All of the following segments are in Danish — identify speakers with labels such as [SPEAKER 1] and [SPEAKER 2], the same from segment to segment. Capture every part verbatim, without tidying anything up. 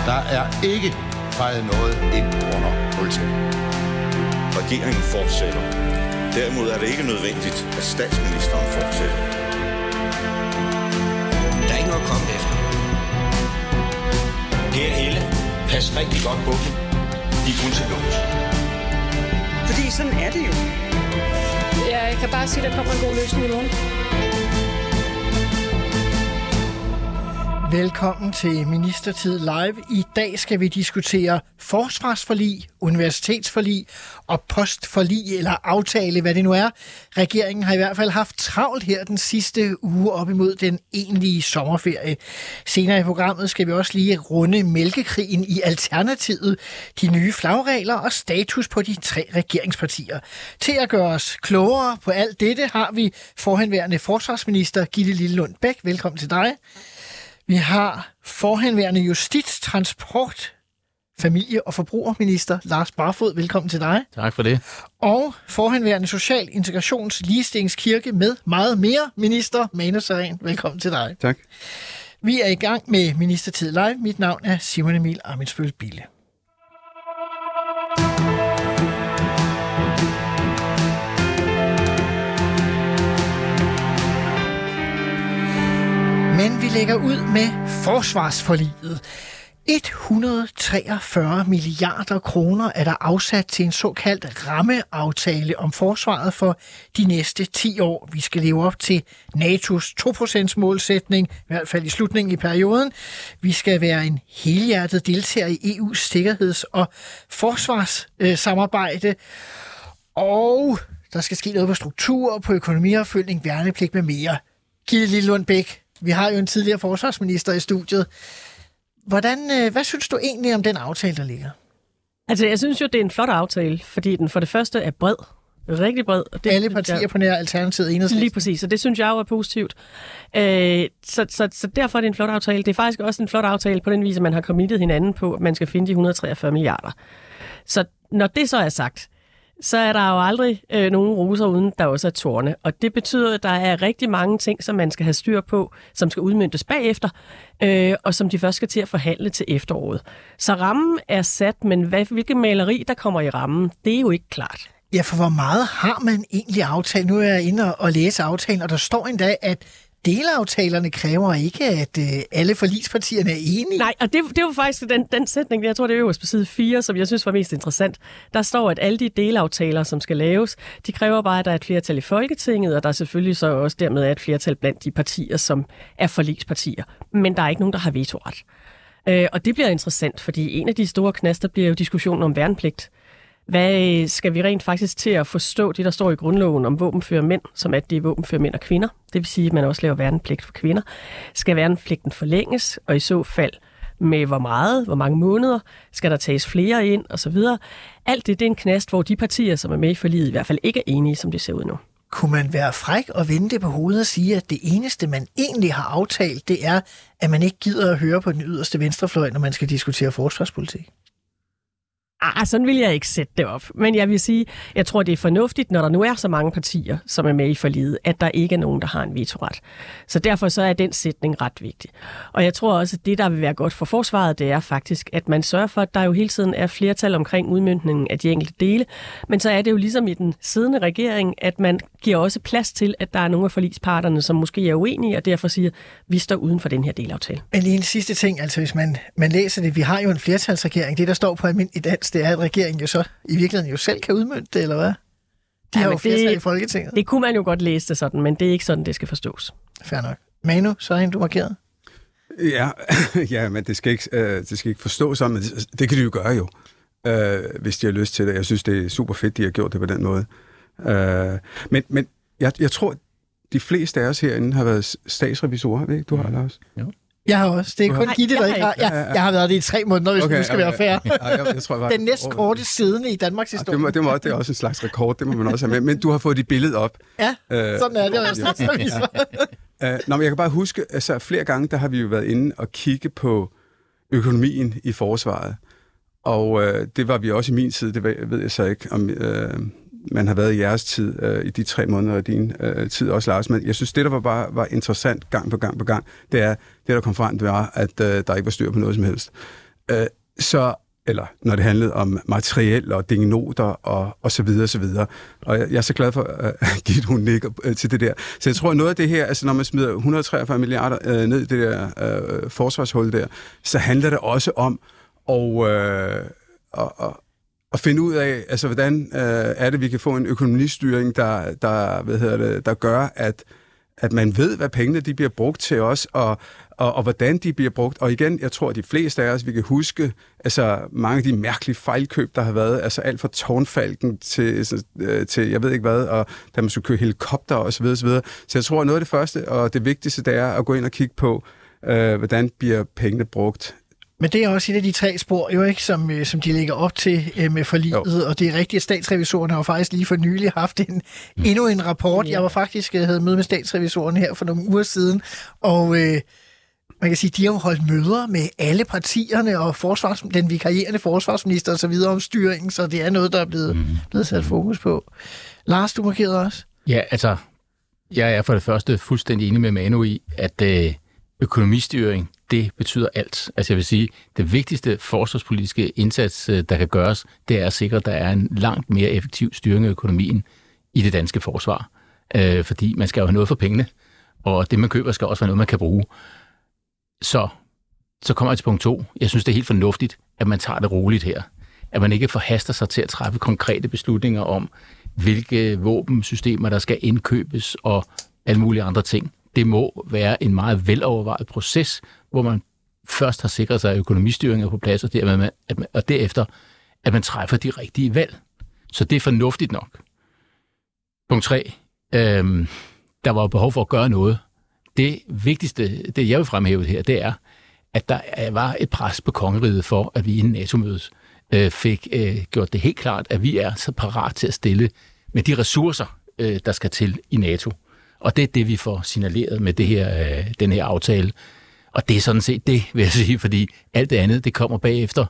[SPEAKER 1] Der er ikke fejret noget ind under politiet.
[SPEAKER 2] Regeringen fortsætter. Derimod er det ikke nødvendigt, at statsministeren fortsætter.
[SPEAKER 3] Der er ikke noget at komme efter. Per Helle, pas rigtig godt på dem. De er kun til lås.
[SPEAKER 4] Fordi sådan er det jo.
[SPEAKER 5] Ja, jeg kan bare sige, at der kommer en god løsning i morgen.
[SPEAKER 6] Velkommen til Ministertid Live. I dag skal vi diskutere forsvarsforlig, universitetsforlig og postforlig eller aftale, hvad det nu er. Regeringen har i hvert fald haft travlt her den sidste uge op imod den egentlige sommerferie. Senere i programmet skal vi også lige runde mælkekrigen i Alternativet, de nye flagregler og status på de tre regeringspartier. Til at gøre os klogere på alt dette har vi forhenværende forsvarsminister Gitte Lillelund Bech. Velkommen til dig. Vi har forhenværende justits-, transport-, familie- og forbrugerminister Lars Barfoed. Velkommen til dig.
[SPEAKER 7] Tak for det.
[SPEAKER 6] Og forhenværende social-, integrations-, ligestillingskirke med meget mere minister Manu Sareen. Velkommen til dig.
[SPEAKER 8] Tak.
[SPEAKER 6] Vi er i gang med Ministertid Live. Mit navn er Simon Emil Ammitzbøll Bille. Men vi lægger ud med forsvarsforliget. et hundrede og treogfyrre milliarder kroner er der afsat til en såkaldt rammeaftale om forsvaret for de næste ti år. Vi skal leve op til NATO's to procent målsætning, i hvert fald i slutningen i perioden. Vi skal være en helhjertet deltager i E U's sikkerheds- og forsvarssamarbejde. Og der skal ske noget på struktur, på økonomiopfølgning, værnepligt med mere. Gitte Lillelund Bech. Vi har jo en tidligere forsvarsminister i studiet. Hvordan, hvad synes du egentlig om den aftale, der ligger?
[SPEAKER 9] Altså, jeg synes jo, det er en flot aftale, fordi den for det første er bred. Rigtig bred. Og det,
[SPEAKER 6] Alle partier jeg, på nær Alternativet Enhedslisten.
[SPEAKER 9] Lige præcis, og det synes jeg jo er positivt. Øh, så, så, så derfor er det en flot aftale. Det er faktisk også en flot aftale på den vis, at man har committet hinanden på, at man skal finde de et hundrede og treogfyrre milliarder. Så når det så er sagt, så er der jo aldrig øh, nogen roser, uden der også er tårne. Og det betyder, at der er rigtig mange ting, som man skal have styr på, som skal udmøntes bagefter, øh, og som de først skal til at forhandle til efteråret. Så rammen er sat, men hvad, hvilke maleri, der kommer i rammen, det er jo ikke klart.
[SPEAKER 6] Ja, for hvor meget har man egentlig aftalt? Nu er jeg inde og læse aftalen, og der står endda, at delaftalerne kræver ikke, at øh, alle forligspartierne er enige.
[SPEAKER 9] Nej, og det, det var faktisk den, den sætning, jeg tror, det er øverst på side fire, som jeg synes var mest interessant. Der står, at alle de delaftaler, som skal laves, de kræver bare, at der er et flertal i Folketinget, og der er selvfølgelig så også dermed et flertal blandt de partier, som er forligspartier. Men der er ikke nogen, der har vetoret. Øh, og det bliver interessant, fordi en af de store knaster bliver jo diskussionen om værnepligt. Hvad skal vi rent faktisk til at forstå det, der står i grundloven om våbenføre mænd, som at det er våbenføre mænd og kvinder? Det vil sige, at man også laver værnepligt for kvinder. Skal værnepligten forlænges, og i så fald med hvor meget, hvor mange måneder, skal der tages flere ind osv.? Alt det, det er en knast, hvor de partier, som er med i forliget, i hvert fald ikke er enige, som det ser ud nu.
[SPEAKER 6] Kunne man være fræk og vende det på hovedet og sige, at det eneste, man egentlig har aftalt, det er, at man ikke gider at høre på den yderste venstrefløj, når man skal diskutere forsvarspolitik?
[SPEAKER 9] Ah, sådan vil jeg ikke sætte det op. Men jeg vil sige, jeg tror, det er fornuftigt, når der nu er så mange partier, som er med i forliget, at der ikke er nogen, der har en vetoret. Så derfor så er den sætning ret vigtig. Og jeg tror også, at det, der vil være godt for forsvaret, det er faktisk, at man sørger for, at der jo hele tiden er flertal omkring udmøntningen af de enkelte dele. Men så er det jo ligesom i den siddende regering, at man giver også plads til, at der er nogle af forligsparterne, som måske er uenige, og derfor siger, at vi står uden for den her delaftale.
[SPEAKER 6] Men lige en sidste ting, altså hvis man, man læser det, vi har jo en flertalsregering. Det, der står på almindelig dansk, det er, at regeringen jo så i virkeligheden jo selv kan udmønte det, eller hvad? De
[SPEAKER 9] ja,
[SPEAKER 6] har jo flertal
[SPEAKER 9] det,
[SPEAKER 6] i Folketinget.
[SPEAKER 9] Det kunne man jo godt læse det sådan, men det er ikke sådan, det skal forstås.
[SPEAKER 6] Fair nok. Manu, så er en, du markeret.
[SPEAKER 8] Ja, ja, men det skal ikke, øh, det skal ikke forstås sådan, men det, det kan de jo gøre jo, øh, hvis de har lyst til det. Jeg synes, det er super fedt, de har gjort det på den måde. Øh, men men jeg, jeg tror, de fleste af os herinde har været statsrevisorer, ved ikke? Du har, Lars?
[SPEAKER 7] Ja.
[SPEAKER 6] Jeg har også. Det er kun
[SPEAKER 9] Nej,
[SPEAKER 6] Gitte, der ikke har. Jeg, jeg har været det i tre måneder, hvis okay, du skal okay. være fair.
[SPEAKER 8] Ja, jeg, jeg tror, jeg var... Den
[SPEAKER 6] næst korte siddende i Danmarks historie.
[SPEAKER 8] Ja, det, må, det, må, det er også en slags rekord, det må man også have med. Men du har fået dit billede op.
[SPEAKER 6] Ja, øh, sådan er det også.
[SPEAKER 8] Ja. uh, nå, men jeg kan bare huske, altså flere gange, der har vi jo været inde og kigge på økonomien i forsvaret. Og uh, det var vi også i min tid, det ved jeg så ikke, om uh, man har været i jeres tid, uh, i de tre måneder af din uh, tid også, Lars. Men jeg synes, det der var bare var interessant gang på gang på gang, det er, det der kom frem, det var, at uh, der ikke var styr på noget som helst. øh, så eller når det handlede om materiel og dingenoter og, og så videre, og så videre. Og jeg, jeg er så glad for at give hun nikker uh, til det der. Så jeg tror, at noget af det her, altså når man smider et hundrede og treogfyrre milliarder uh, ned i det der uh, forsvarshul der, så handler det også om at, uh, at, at, at finde ud af, altså hvordan uh, er det, vi kan få en økonomistyring, der, der, hvad hedder det, der gør, at at man ved, hvad pengene de bliver brugt til os, og, og, og hvordan de bliver brugt. Og igen, jeg tror, at de fleste af os, vi kan huske altså, mange af de mærkelige fejlkøb, der har været, altså alt fra Tårnfalken til, til jeg ved ikke hvad, og da man skulle køre helikopter og så videre, så videre. Så jeg tror, at noget af det første og det vigtigste, det er at gå ind og kigge på, øh, hvordan bliver pengene brugt.
[SPEAKER 6] Men det er også et af de tre spor, jo ikke, som, som de lægger op til øh, med forliget, jo. Og det er rigtigt, at statsrevisorerne har faktisk lige for nylig haft en, mm. endnu en rapport. Ja. Jeg var faktisk, jeg havde møde med statsrevisorerne her for nogle uger siden, og øh, man kan sige, de har jo holdt møder med alle partierne og forsvars, den vikarierende forsvarsminister og så videre om styringen, så det er noget, der er blevet, mm. blevet sat fokus på. Lars, du markerede også?
[SPEAKER 7] Ja, altså, jeg er for det første fuldstændig enig med Manu i, at øh, økonomistyring, det betyder alt. Altså jeg vil sige, det vigtigste forsvarspolitiske indsats, der kan gøres, det er at sikre, at der er en langt mere effektiv styring af økonomien i det danske forsvar. Øh, fordi man skal jo have noget for pengene, og det man køber skal også være noget, man kan bruge. Så, så kommer jeg til punkt to. Jeg synes, det er helt fornuftigt, at man tager det roligt her. At man ikke forhaster sig til at træffe konkrete beslutninger om, hvilke våbensystemer, der skal indkøbes og alle mulige andre ting. Det må være en meget velovervejet proces, hvor man først har sikret sig, at økonomistyringen er på plads, og, dermed, at man, og derefter, at man træffer de rigtige valg. Så det er fornuftigt nok. Punkt tre. Øhm, der var behov for at gøre noget. Det vigtigste, det jeg vil fremhæve her, det er, at der var et pres på kongeriget for, at vi inden NATO-mødet øh, fik øh, gjort det helt klart, at vi er så parat til at stille med de ressourcer, øh, der skal til i NATO. Og det er det, vi får signaleret med det her, øh, den her aftale. Og det er sådan set det, vil jeg sige, fordi alt det andet, det kommer bagefter.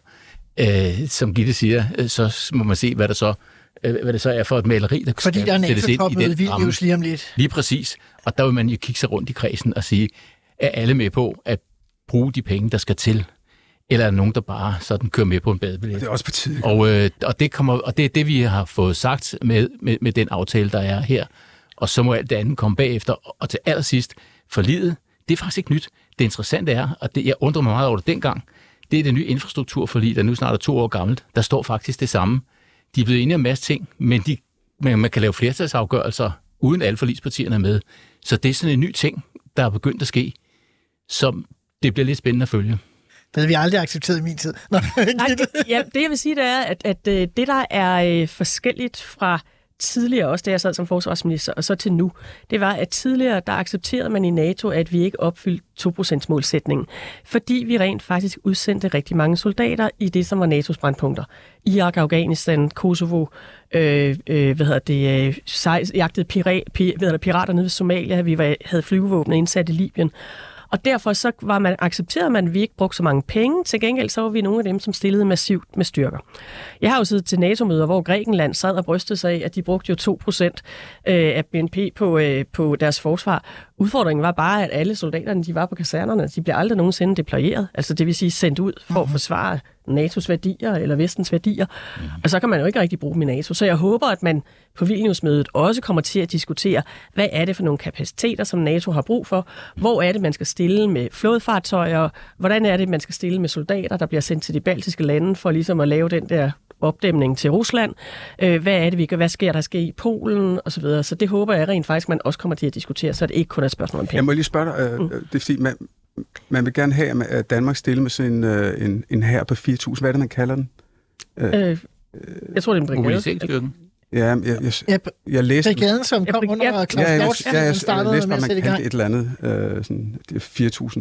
[SPEAKER 7] Øh, som Gitte siger, øh, så må man se, hvad der så, øh, hvad det så er for et maleri, der
[SPEAKER 6] fordi der er NATO-topmøde i Vilnius lige om lidt.
[SPEAKER 7] Lige præcis. Og der vil man jo kigge sig rundt i kredsen og sige, er alle med på at bruge de penge, der skal til? Eller er der nogen, der bare sådan kører med på en badebillet?
[SPEAKER 8] Det er også på tide.
[SPEAKER 7] Og, øh, og, det kommer, og det er det, vi har fået sagt med, med, med den aftale, der er her. Og så må alt det andet komme bagefter. Og til allersidst, forliget, det er faktisk ikke nyt. Det interessante er, og det, jeg undrer mig meget over det dengang, det er det nye infrastrukturforlig, der nu snart er to år gammelt. Der står faktisk det samme. De er blevet enige om en masse ting, men, de, men man kan lave flertalsafgørelser, uden alle forligspartierne er med. Så det er sådan en ny ting, der er begyndt at ske, som det bliver lidt spændende at følge.
[SPEAKER 6] Det havde vi aldrig accepteret i min tid. Nå,
[SPEAKER 9] Nej, det, ja, det jeg vil sige, det er, at, at det, der er forskelligt fra tidligere, også da jeg sad som forsvarsminister, og så til nu, det var, at tidligere, der accepterede man i NATO, at vi ikke opfyldte to procent målsætningen, fordi vi rent faktisk udsendte rigtig mange soldater i det, som var NATO's brandpunkter. Irak, Afghanistan, Kosovo, øh, øh, hvad hedder det, øh, sej, jagtede pira, pir, hvad hedder pirater nede ved Somalia, vi var, havde flyvevåbnet indsat i Libyen. Og derfor så var man accepteret, man, at vi ikke brugte så mange penge. Til gengæld så var vi nogle af dem, som stillede massivt med styrker. Jeg har jo siddet til NATO-møder, hvor Grækenland sad og brystede sig af, at de brugte jo to procent af B N P på, på deres forsvar. Udfordringen var bare, at alle soldaterne, de var på kasernerne, de blev aldrig nogensinde deployeret. Altså det vil sige sendt ud for at forsvare N A T O's værdier eller Vestens værdier. Mm. Og så kan man jo ikke rigtig bruge dem i NATO. Så jeg håber, at man på Vilnius-mødet også kommer til at diskutere, hvad er det for nogle kapaciteter, som NATO har brug for? Hvor er det, man skal stille med flådefartøjer? Hvordan er det, man skal stille med soldater, der bliver sendt til de baltiske lande for ligesom at lave den der opdæmning til Rusland? Hvad er det, vi gør? Hvad sker der sker i Polen? Og så videre. Så det håber jeg rent faktisk, man også kommer til at diskutere, så det ikke kun er et spørgsmål om penge.
[SPEAKER 8] Jeg må lige spørge dig, øh, mm. det er fordi, man, man vil gerne have, at Danmark stille med sådan øh, en, en hær på fire tusind. Hvad er det, man kalder den?
[SPEAKER 9] Øh, øh, jeg tror, det er en brigade.
[SPEAKER 7] Mobiliseringsstyrken.
[SPEAKER 8] Ja, jeg, jeg, jeg, jeg læste...
[SPEAKER 6] Brigaden, som kom ja, under Claus
[SPEAKER 8] ja,
[SPEAKER 6] Hjort,
[SPEAKER 8] ja, ja, jeg,
[SPEAKER 6] startede
[SPEAKER 8] jeg læste,
[SPEAKER 6] med
[SPEAKER 8] at
[SPEAKER 6] at
[SPEAKER 8] man
[SPEAKER 6] sætte i gang.
[SPEAKER 8] kaldte et eller andet, øh, sådan, det er fire tusind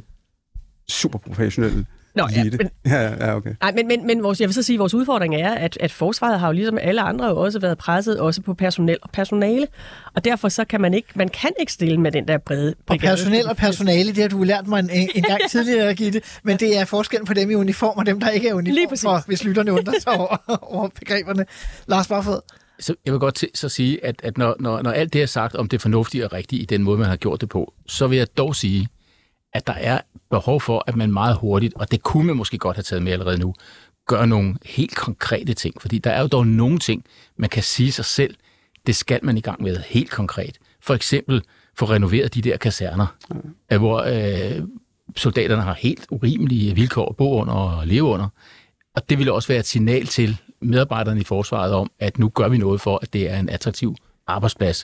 [SPEAKER 8] super professionelle.
[SPEAKER 9] Nå, ja, men,
[SPEAKER 8] ja, ja, okay.
[SPEAKER 9] Nej, men, men, men vores, jeg vil så sige, at vores udfordring er, at, at forsvaret har jo ligesom alle andre jo også været presset også på personel og personale, og derfor så kan man ikke, man kan ikke stille med den der brede brigade.
[SPEAKER 6] Og personel og personale, det har du lært mig en, en gang tidligere, Gitte, men det er forskellen på dem i uniform og dem, der ikke er uniform, for, hvis lytterne undrer sig over, over begreberne. Lars Barfod.
[SPEAKER 7] Så jeg vil godt så sige, at, at når, når, når alt det er sagt om det fornuftige og rigtige i den måde, man har gjort det på, så vil jeg dog sige, at der er behov for, at man meget hurtigt, og det kunne man måske godt have taget med allerede nu, gør nogle helt konkrete ting. Fordi der er jo dog nogle ting, man kan sige sig selv, det skal man i gang med helt konkret. For eksempel få renoveret de der kaserner, mm. hvor øh, soldaterne har helt urimelige vilkår at bo under og leve under. Og det vil også være et signal til medarbejderne i forsvaret om, at nu gør vi noget for, at det er en attraktiv arbejdsplads.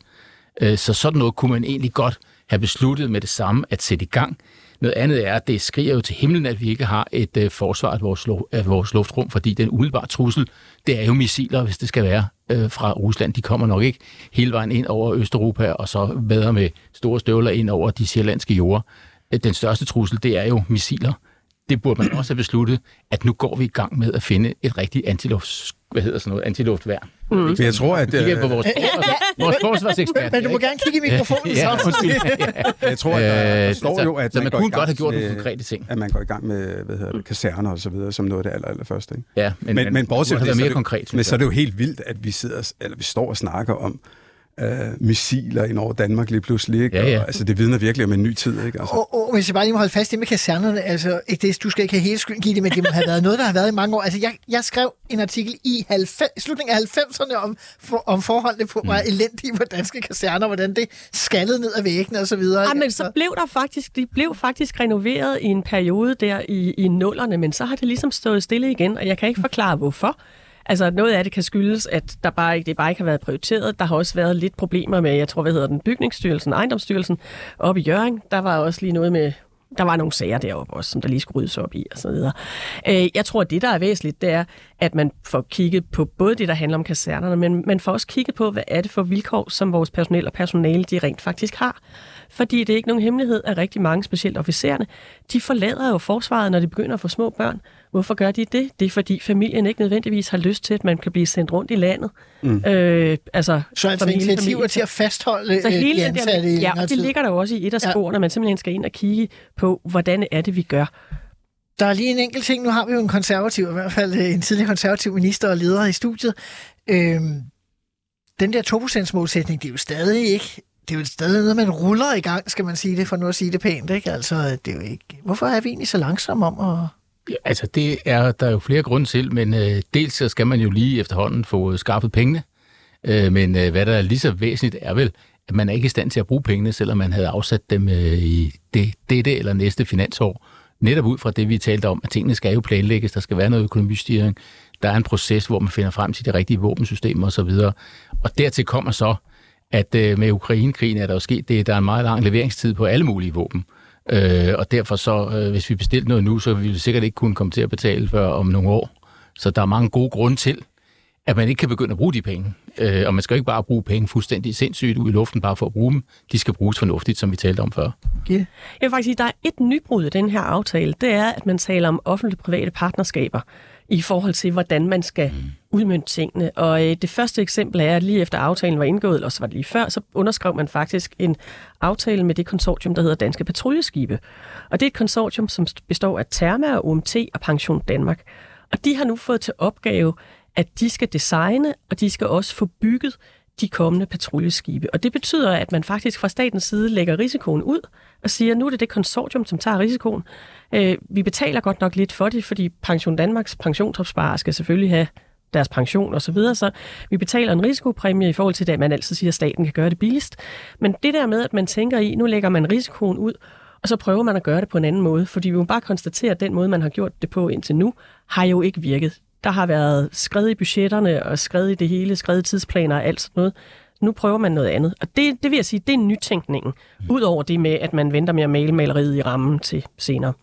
[SPEAKER 7] Så sådan noget kunne man egentlig godt have besluttet med det samme at sætte i gang. Noget andet er, at det skriger jo til himlen, at vi ikke har et uh, forsvar af vores, af vores luftrum, fordi den umiddelbare trussel, det er jo missiler, hvis det skal være, uh, fra Rusland. De kommer nok ikke hele vejen ind over Østeuropa, og så vader med store støvler ind over de sjællandske jorder. Den største trussel, det er jo missiler. Det burde man også have besluttet, at nu går vi i gang med at finde et rigtigt antiluft, hvad hedder sådan noget, antiluftværn. Mm.
[SPEAKER 8] Men jeg tror, at...
[SPEAKER 7] Kigger på vores, vores forsvarsekspert.
[SPEAKER 6] Men du må gerne kigge i mikrofonen.
[SPEAKER 7] Ja, undskyld.
[SPEAKER 8] Jeg tror, at der
[SPEAKER 7] øh,
[SPEAKER 8] står jo, at
[SPEAKER 7] så
[SPEAKER 8] man,
[SPEAKER 7] man
[SPEAKER 8] går
[SPEAKER 7] kunne
[SPEAKER 8] i gang
[SPEAKER 7] godt have gjort
[SPEAKER 8] med,
[SPEAKER 7] nogle konkrete ting.
[SPEAKER 8] At man går i gang med, hvad hedder det, kaserner og så videre, som noget af det aller, aller første. Ikke?
[SPEAKER 7] Ja, men,
[SPEAKER 8] men, men bortset fra det,
[SPEAKER 7] mere
[SPEAKER 8] så,
[SPEAKER 7] konkret,
[SPEAKER 8] men så er det jo helt vildt, at vi sidder, eller vi står og snakker om Uh, missiler ind over Danmark lige pludselig, ikke?
[SPEAKER 7] Ja, ja.
[SPEAKER 8] Og, altså, det vidner virkelig om en ny tid, ikke? Altså.
[SPEAKER 6] Og, og hvis jeg bare lige må holde fast det med kasernerne, altså, ikke det, du skal ikke have hele skylden, Gitte, men det må have været noget, der har været i mange år. Altså, jeg, jeg skrev en artikel i halvfems, slutningen af halvfemserne om, for, om forholdene på, var elendige på danske kaserner, hvordan det skallede ned ad væggene og så videre.
[SPEAKER 9] Ja, men
[SPEAKER 6] altså.
[SPEAKER 9] så blev der faktisk, de blev faktisk renoveret i en periode der i, i nullerne, men så har det ligesom stået stille igen, og jeg kan ikke forklare, hvorfor. Altså noget af det kan skyldes, at der bare ikke, det bare ikke har været prioriteret. Der har også været lidt problemer med, jeg tror, hvad hedder den, Bygningsstyrelsen, Ejendomsstyrelsen oppe i Hjørring. Der var også lige noget med, der var nogle sager deroppe også, som der lige skulle ryddes op i og så videre. Jeg tror, at det, der er væsentligt, det er, at man får kigget på både det, der handler om kasernerne, men man får også kigget på, hvad er det for vilkår, som vores personel og personale, de rent faktisk har. Fordi det er ikke nogen hemmelighed, at rigtig mange, specielt officererne, de forlader jo forsvaret, når de begynder at få små børn. Hvorfor gør de det? Det er, fordi familien ikke nødvendigvis har lyst til, at man kan blive sendt rundt i landet. Mm. Øh, altså,
[SPEAKER 6] så altså familie, initiativer familie. Til at fastholde så hele de ansatte i
[SPEAKER 9] ja, og det ligger der jo også i et af sporene, ja. Når man simpelthen skal ind og kigge på, hvordan er det, vi gør.
[SPEAKER 6] Der er lige en enkelt ting. Nu har vi jo en konservativ, i hvert fald en tidligere konservativ minister og leder i studiet. Øhm, den der to procent målsætning, det er jo stadig ikke... Det er jo stadig noget, man ruller i gang, skal man sige det, for nu at sige det pænt, ikke? Altså, det er jo ikke... Hvorfor er vi egentlig så langsomme om at...
[SPEAKER 7] Ja, altså, det er der er jo flere grunde til, men øh, dels så skal man jo lige efterhånden få skaffet pengene, øh, men øh, hvad der er lige så væsentligt er vel, at man er ikke i stand til at bruge pengene, selvom man havde afsat dem øh, i det, dette eller næste finansår. Netop ud fra det, vi talte om, at tingene skal jo planlægges, der skal være noget økonomistyring, der er en proces, hvor man finder frem til de rigtige våbensystemer osv. Og dertil kommer så, at øh, med Ukraine-krigen er der jo sket det, der er en meget lang leveringstid på alle mulige våben. Øh, og derfor så, øh, hvis vi bestilte noget nu, så ville vi sikkert ikke kunne komme til at betale før om nogle år. Så der er mange gode grunde til, at man ikke kan begynde at bruge de penge. Øh, og man skal jo ikke bare bruge penge fuldstændig sindssygt ud i luften, bare for at bruge dem. De skal bruges fornuftigt, som vi talte om før.
[SPEAKER 9] Okay. Jeg vil faktisk sige, at der er et nybrud i den her aftale. Det er, at man taler om offentligt-private partnerskaber i forhold til, hvordan man skal mm. udmønte tingene. Og øh, det første eksempel er, at lige efter aftalen var indgået, eller så var det lige før, så underskrev man faktisk en aftale med det konsortium, der hedder Danske Patruljeskibe. Og det er et konsortium, som består af Therma og O M T og Pension Danmark. Og de har nu fået til opgave, at de skal designe, og de skal også få bygget de kommende patruljeskibe. Og det betyder, at man faktisk fra statens side lægger risikoen ud og siger, nu er det det konsortium, som tager risikoen. Øh, vi betaler godt nok lidt for det, fordi Pension Danmarks pensionsopsparer skal selvfølgelig have deres pension osv., så, så vi betaler en risikopræmie i forhold til det, at man altid siger, at staten kan gøre det billigst. Men det der med, at man tænker i, nu lægger man risikoen ud, og så prøver man at gøre det på en anden måde, fordi vi må bare konstatere, at den måde, man har gjort det på indtil nu, har jo ikke virket. Der har været skrevet i budgetterne og skrevet i det hele, skrevet i tidsplaner og alt sådan noget. Nu prøver man noget andet. Og det, det vil jeg sige, det er nytænkningen. Udover det med, at man venter med at male maleriet i rammen til senere.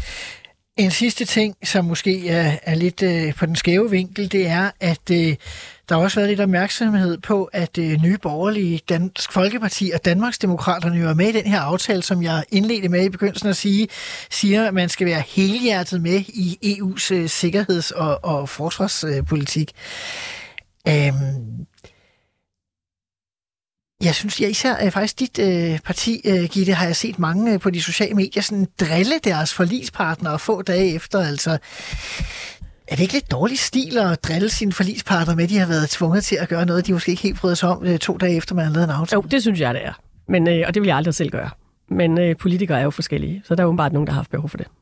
[SPEAKER 6] En sidste ting, som måske er, er lidt øh, på den skæve vinkel, det er, at øh, der har også været lidt opmærksomhed på, at øh, Nye Borgerlige, Dansk Folkeparti og Danmarksdemokraterne jo er med i den her aftale, som jeg indledte med i begyndelsen at sige, siger, at man skal være helhjertet med i E U's øh, sikkerheds- og, og forsvarspolitik. Øhm Jeg synes, jeg især faktisk dit øh, parti, øh, Gitte, har jeg set mange øh, på de sociale medier sådan drille deres forligspartnere få dage efter. Altså, er det ikke lidt dårlig stil at drille sine forligspartnere med, de har været tvunget til at gøre noget, de måske ikke helt bryder sig om øh, to dage efter, man har lavet en aftale?
[SPEAKER 9] Jo, det synes jeg, det er. Men, øh, og det vil jeg aldrig selv gøre. Men øh, politikere er jo forskellige, så der er åbenbart nogen, der har haft behov for det.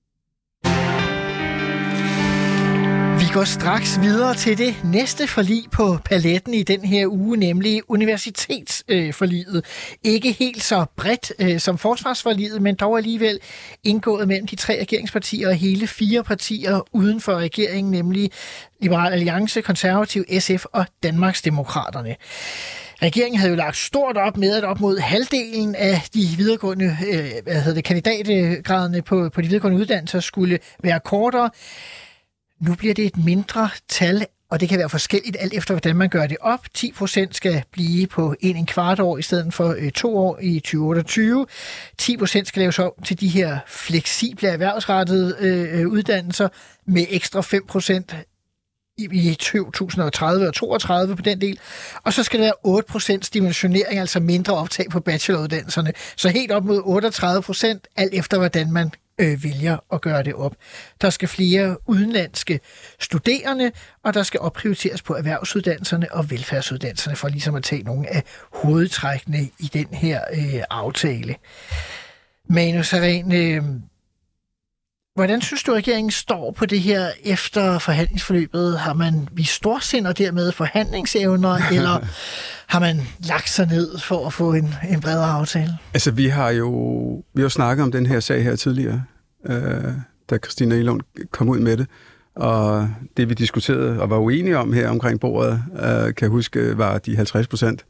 [SPEAKER 6] Vi går straks videre til det næste forlig på paletten i den her uge, nemlig universitetsforliget. Øh, Ikke helt så bredt øh, som forsvarsforliget, men dog alligevel indgået mellem de tre regeringspartier og hele fire partier uden for regeringen, nemlig Liberal Alliance, Konservativ, S F og Danmarksdemokraterne. Regeringen havde jo lagt stort op med, at op mod halvdelen af de videregående øh, hvad hedder det, kandidatgraderne på, på de videregående uddannelser skulle være kortere. Nu bliver det et mindre tal, og det kan være forskelligt alt efter, hvordan man gør det op. ti procent skal blive på en, en kvart år i stedet for øh, to år i tyve otteogtyve. ti procent skal laves om til de her fleksible erhvervsrettede øh, uddannelser med ekstra fem procent i to tusind og tredive og toogtredive på den del. Og så skal der være otte procent dimensionering, altså mindre optag på bacheloruddannelserne. Så helt op mod otteogtredive procent, alt efter hvordan man øh, vælger at gøre det op. Der skal flere udenlandske studerende, og der skal opprioriteres på erhvervsuddannelserne og velfærdsuddannelserne, for ligesom at tage nogle af hovedtrækkene i den her øh, aftale. Manu Sareen, øh, hvordan synes du, at regeringen står på det her efter forhandlingsforløbet? Har man vist storsind og dermed forhandlingsevner, eller har man lagt sig ned for at få en, en bredere aftale?
[SPEAKER 8] Altså, vi har jo vi har jo snakket om den her sag her tidligere, øh, da Christina Egelund kom ud med det. Og det, vi diskuterede og var uenige om her omkring bordet, øh, kan jeg huske, var de halvtreds procent.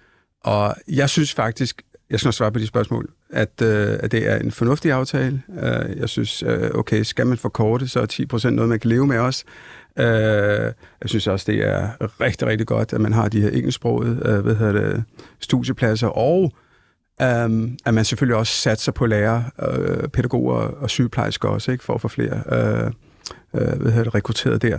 [SPEAKER 8] Og jeg synes faktisk, jeg skal nok svare på de spørgsmål, at, øh, at det er en fornuftig aftale. Uh, jeg synes, uh, okay, skal man forkorte, så er ti procent noget, man kan leve med os. Uh, jeg synes også, det er rigtig, rigtig godt, at man har de her engelsksprogede uh, hvad hedder det, studiepladser, og um, at man selvfølgelig også satser på lærere, uh, pædagoger og sygeplejersker også, ikke, for at få flere uh, uh, hvad hedder det, rekrutteret der.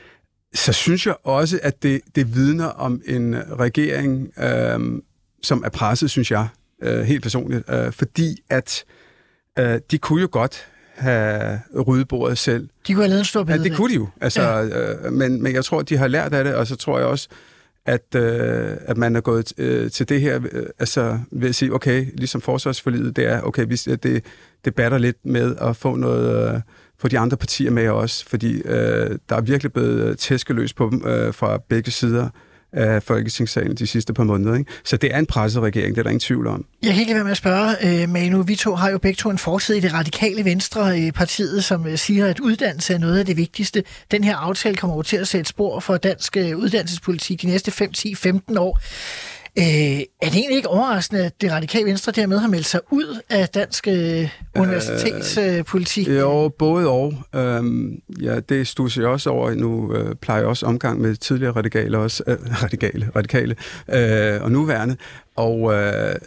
[SPEAKER 8] Så synes jeg også, at det, det vidner om en regering, uh, som er presset, synes jeg, Uh, helt personligt, uh, fordi at uh, de kunne jo godt have ryddet bordet selv.
[SPEAKER 6] De kunne have lavet en stor billede.
[SPEAKER 8] Ja, det kunne de jo. Altså, ja. uh, men, men jeg tror, at de har lært af det, og så tror jeg også, at, uh, at man er gået uh, til det her, uh, altså ved at sige, okay, ligesom forsvarsforliget, det er, okay, vi, det, det batter lidt med at få noget, uh, få de andre partier med også, fordi uh, der er virkelig blevet tæskeløs på dem uh, fra begge sider af Folketingssalen de sidste par måneder. Ikke? Så det er en presset regering, det er der ingen tvivl om.
[SPEAKER 6] Jeg kan ikke lade være med at spørge, uh, Manu. Vi to har jo begge to en forside i det radikale Venstre uh, partiet, som uh, siger, at uddannelse er noget af det vigtigste. Den her aftale kommer over til at sætte spor for dansk uh, uddannelsespolitik de næste fem, ti, femten år. Uh, er det egentlig ikke overraskende, at det radikale Venstre dermed har meldt sig ud af dansk uh, universitetspolitik?
[SPEAKER 8] Uh, jo, både og. Uh, ja, det stusser jeg også over. Nu uh, plejer jeg også omgang med tidligere radikale, også, uh, radikale, radikale uh, og nuværende. Og uh,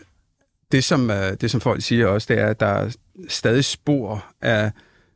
[SPEAKER 8] det, som, uh, det, som folk siger også, det er, at der er stadig spor af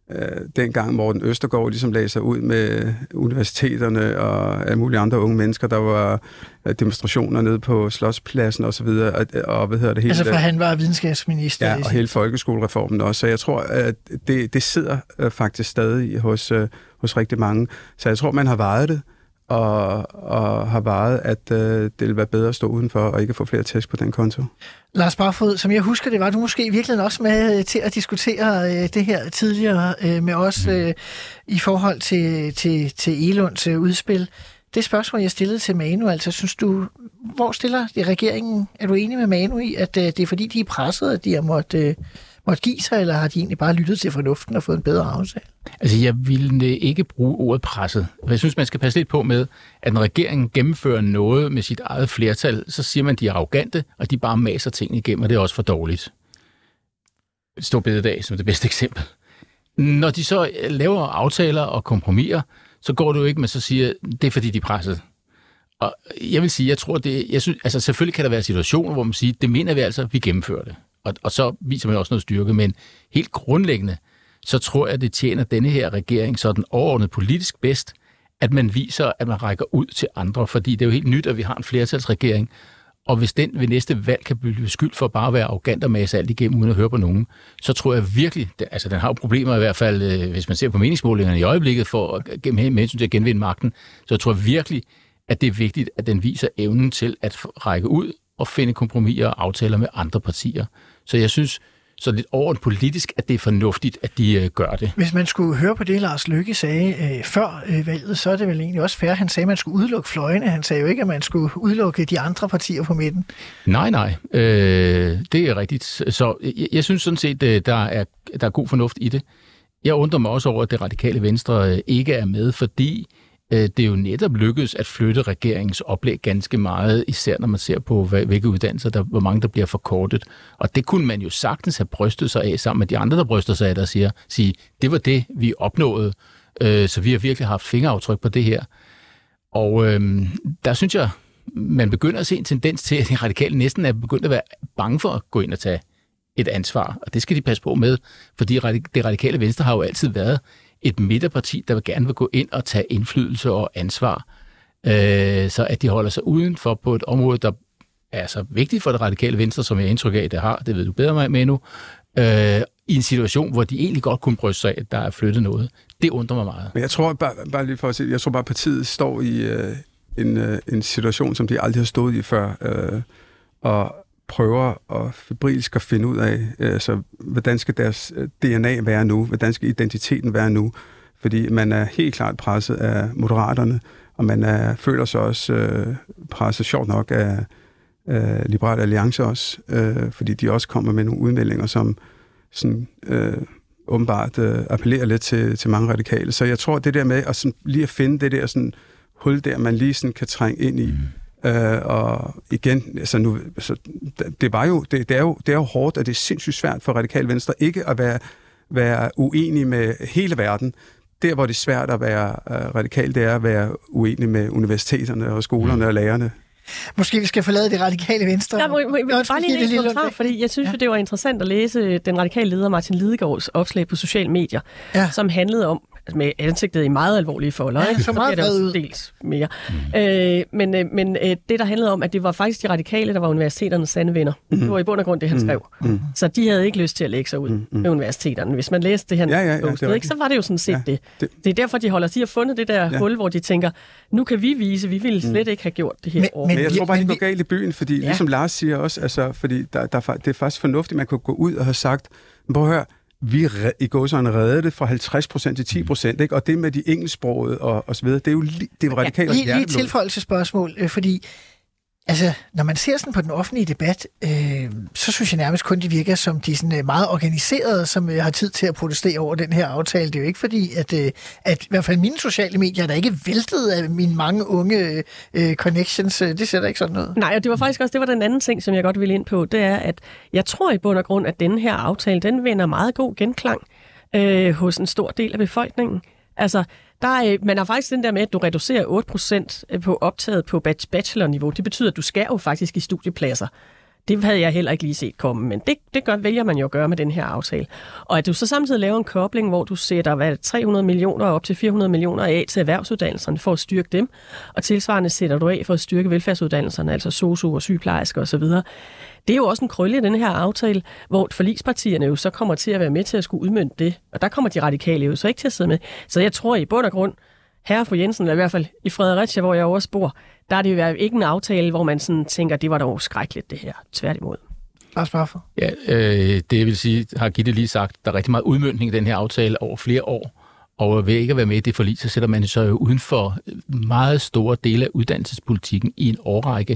[SPEAKER 8] dengang Morten Østergaard ligesom lagde sig ud med universiteterne og alle mulige andre unge mennesker, der var demonstrationer nede på Slotspladsen og så videre, og, og hvad hedder det hele?
[SPEAKER 6] Altså for han var videnskabsminister.
[SPEAKER 8] Ja, og hele folkeskolereformen også, så jeg tror, at det, det sidder faktisk stadig hos, hos rigtig mange. Så jeg tror, man har vejet det, og, og har vejet, at øh, det vil være bedre at stå udenfor og ikke få flere tæsk på den konto.
[SPEAKER 6] Lars Barfod, som jeg husker det, var du måske virkelig også med til at diskutere øh, det her tidligere øh, med os øh, i forhold til, til, til Egelunds øh, udspil. Det spørgsmål, jeg stillede til Manu, altså synes du, hvor stiller det regeringen? Er du enig med Manu i, at øh, det er fordi, de er presset, at de har måttet... Øh, måtte give sig, eller har de egentlig bare lyttet til fornuften og fået en bedre aftale?
[SPEAKER 7] Altså, jeg ville ikke bruge ordet presset. Jeg synes, man skal passe lidt på med, at når regeringen gennemfører noget med sit eget flertal, så siger man, at de er arrogante, og de bare maser tingene igennem, og det er også for dårligt. Stor bededag som det bedste eksempel. Når de så laver aftaler og kompromiser, så går det jo ikke, men så siger, det er fordi, de er presset. Og jeg vil sige, jeg tror, det, jeg synes, altså selvfølgelig kan der være situationer, hvor man siger, det mener vi altså, vi gennemfører det. Og, og så viser man også noget styrke, men helt grundlæggende, så tror jeg, det tjener denne her regering sådan overordnet politisk bedst, at man viser, at man rækker ud til andre, fordi det er jo helt nyt, at vi har en flertalsregering, og hvis den ved næste valg kan blive beskyldt for bare at være arrogant og masse alt igennem, uden at høre på nogen, så tror jeg virkelig, altså den har jo problemer i hvert fald, hvis man ser på meningsmålingerne i øjeblikket, for at med hensyn til at genvinde magten, så jeg tror virkelig, at det er vigtigt, at den viser evnen til at række ud og finde kompromiser og aftaler med andre partier. Så jeg synes, så lidt over politisk, at det er fornuftigt, at de øh, gør det.
[SPEAKER 6] Hvis man skulle høre på det, Lars Løkke sagde øh, før øh, valget, så er det vel egentlig også fair. Han sagde, at man skulle udelukke fløjene. Han sagde jo ikke, at man skulle udelukke de andre partier på midten.
[SPEAKER 7] Nej, nej. Øh, det er rigtigt. Så jeg, jeg synes sådan set, øh, der er, der er god fornuft i det. Jeg undrer mig også over, at det radikale Venstre øh, ikke er med, fordi det er jo netop lykkedes at flytte regeringens oplæg ganske meget, især når man ser på, hvilke uddannelser, der, hvor mange der bliver forkortet. Og det kunne man jo sagtens have brystet sig af sammen med de andre, der bryster sig af, der siger, sige, det var det, vi opnåede, øh, så vi har virkelig haft fingeraftryk på det her. Og øh, der synes jeg, man begynder at se en tendens til, at de radikale næsten er begyndt at være bange for at gå ind og tage et ansvar, og det skal de passe på med, fordi det radikale Venstre har jo altid været et midterparti, der vil gerne vil gå ind og tage indflydelse og ansvar, øh, så at de holder sig udenfor på et område, der er så vigtigt for det radikale Venstre, som jeg indtryk af, det har, det ved du bedre med nu, øh, i en situation, hvor de egentlig godt kunne bryste sig af, at der er flyttet noget. Det undrer mig meget.
[SPEAKER 8] Men jeg tror bare, bare lige for at sige, jeg tror bare, partiet står i øh, en, øh, en situation, som de aldrig har stået i før, øh, og prøver at febrilsk at finde ud af, øh, så hvordan skal deres D N A være nu, hvordan skal identiteten være nu, fordi man er helt klart presset af Moderaterne, og man er, føler sig også øh, presset sjovt nok af øh, Liberal Alliance også, øh, fordi de også kommer med nogle udmeldinger, som sådan, øh, åbenbart øh, appellerer lidt til, til mange radikale. Så jeg tror, det der med at sådan, lige at finde det der sådan, hul der, man lige sådan, kan trænge ind i, mm. Uh, og igen, altså nu, altså, det, var jo, det, det, er jo, det er jo hårdt, og det er sindssygt svært for Radikale Venstre ikke at være, være uenig med hele verden. Der, hvor det er svært at være uh, radikal, det er at være uenig med universiteterne og skolerne og lærerne.
[SPEAKER 6] Måske vi skal forlade det radikale Venstre.
[SPEAKER 9] Ja, må, må, må, bare lige en lille kommentar, fordi jeg synes, ja. det var interessant at læse den radikale leder Martin Lidegaards opslag på sociale medier, ja. som handlede om, altså med ansigtet i meget alvorlige folder, ja, ikke? Så meget det også dels mere. Mm. Øh, men øh, men øh, det, der handlede om, at det var faktisk de radikale, der var universiteternes sande venner. Mm. Det var i bund og grund det, han skrev. Mm. Så de havde ikke lyst til at lægge sig ud mm. med universiteterne. Hvis man læste det, han ja, ja, ja, postede, ikke, så var det jo sådan set ja, det. det. Det er derfor, de holder de har fundet det der ja. hul, hvor de tænker, nu kan vi vise, vi ville slet ikke have gjort det her
[SPEAKER 8] men,
[SPEAKER 9] år.
[SPEAKER 8] Men, men jeg tror bare, det går galt i byen, fordi ja. ligesom Lars siger også, altså, fordi der, der, det er faktisk fornuftigt, man kunne gå ud og have sagt, prøv at høre, vi i går sådan redde det fra halvtreds procent til ti procent, ikke? Og det med de engelsksprogede og, og så videre, det er jo, det er jo radikalt ja,
[SPEAKER 6] lige, lige tilføjelsesspørgsmål, øh, fordi altså, når man ser sådan på den offentlige debat, øh, så synes jeg nærmest kun, de virker som de sådan meget organiserede, som øh, har tid til at protestere over den her aftale. Det er jo ikke fordi, at, øh, at i hvert fald mine sociale medier, der ikke er væltet af mine mange unge øh, connections. Det ser da ikke sådan noget.
[SPEAKER 9] Nej, og det var faktisk også, det var den anden ting, som jeg godt ville ind på, det er, at jeg tror i bund og grund, at denne her aftale, den vinder meget god genklang øh, hos en stor del af befolkningen. Altså, der er, man har faktisk den der med, at du reducerer otte procent på optaget på bachelorniveau. Det betyder, at du skærer jo faktisk i studiepladser. Det havde jeg heller ikke lige set komme, men det, det gør, vælger man jo at gøre med den her aftale. Og at du så samtidig laver en kobling, hvor du sætter hvad, tre hundrede millioner op til fire hundrede millioner af til erhvervsuddannelserne for at styrke dem, og tilsvarende sætter du af for at styrke velfærdsuddannelserne, altså sosu og sygeplejersker osv. Det er jo også en krølle i den her aftale, hvor forligspartierne jo så kommer til at være med til at skulle udmønte det, og der kommer de radikale jo så ikke til at sidde med. Så jeg tror i bund og grund, herre fru Jensen, eller i hvert fald i Fredericia, hvor jeg også bor, der er det jo ikke en aftale, hvor man sådan tænker, det var dog skrækkeligt det her, tværtimod.
[SPEAKER 6] Lars Barfod.
[SPEAKER 7] Ja, øh, det vil sige, har Gitte lige sagt, der er rigtig meget udmøntning i den her aftale over flere år, og ved ikke at være med i det forlig, så sætter man sig jo uden for meget store dele af uddannelsespolitikken i en årrække,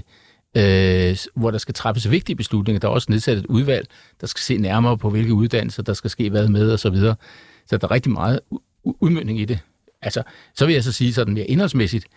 [SPEAKER 7] øh, hvor der skal træffes vigtige beslutninger. Der er også nedsat et udvalg, der skal se nærmere på, hvilke uddannelser, der skal ske hvad med, og så videre. Så der er rigtig meget udmøntning i det. Altså, så vil jeg så sige sådan mere indholdsmæssigt,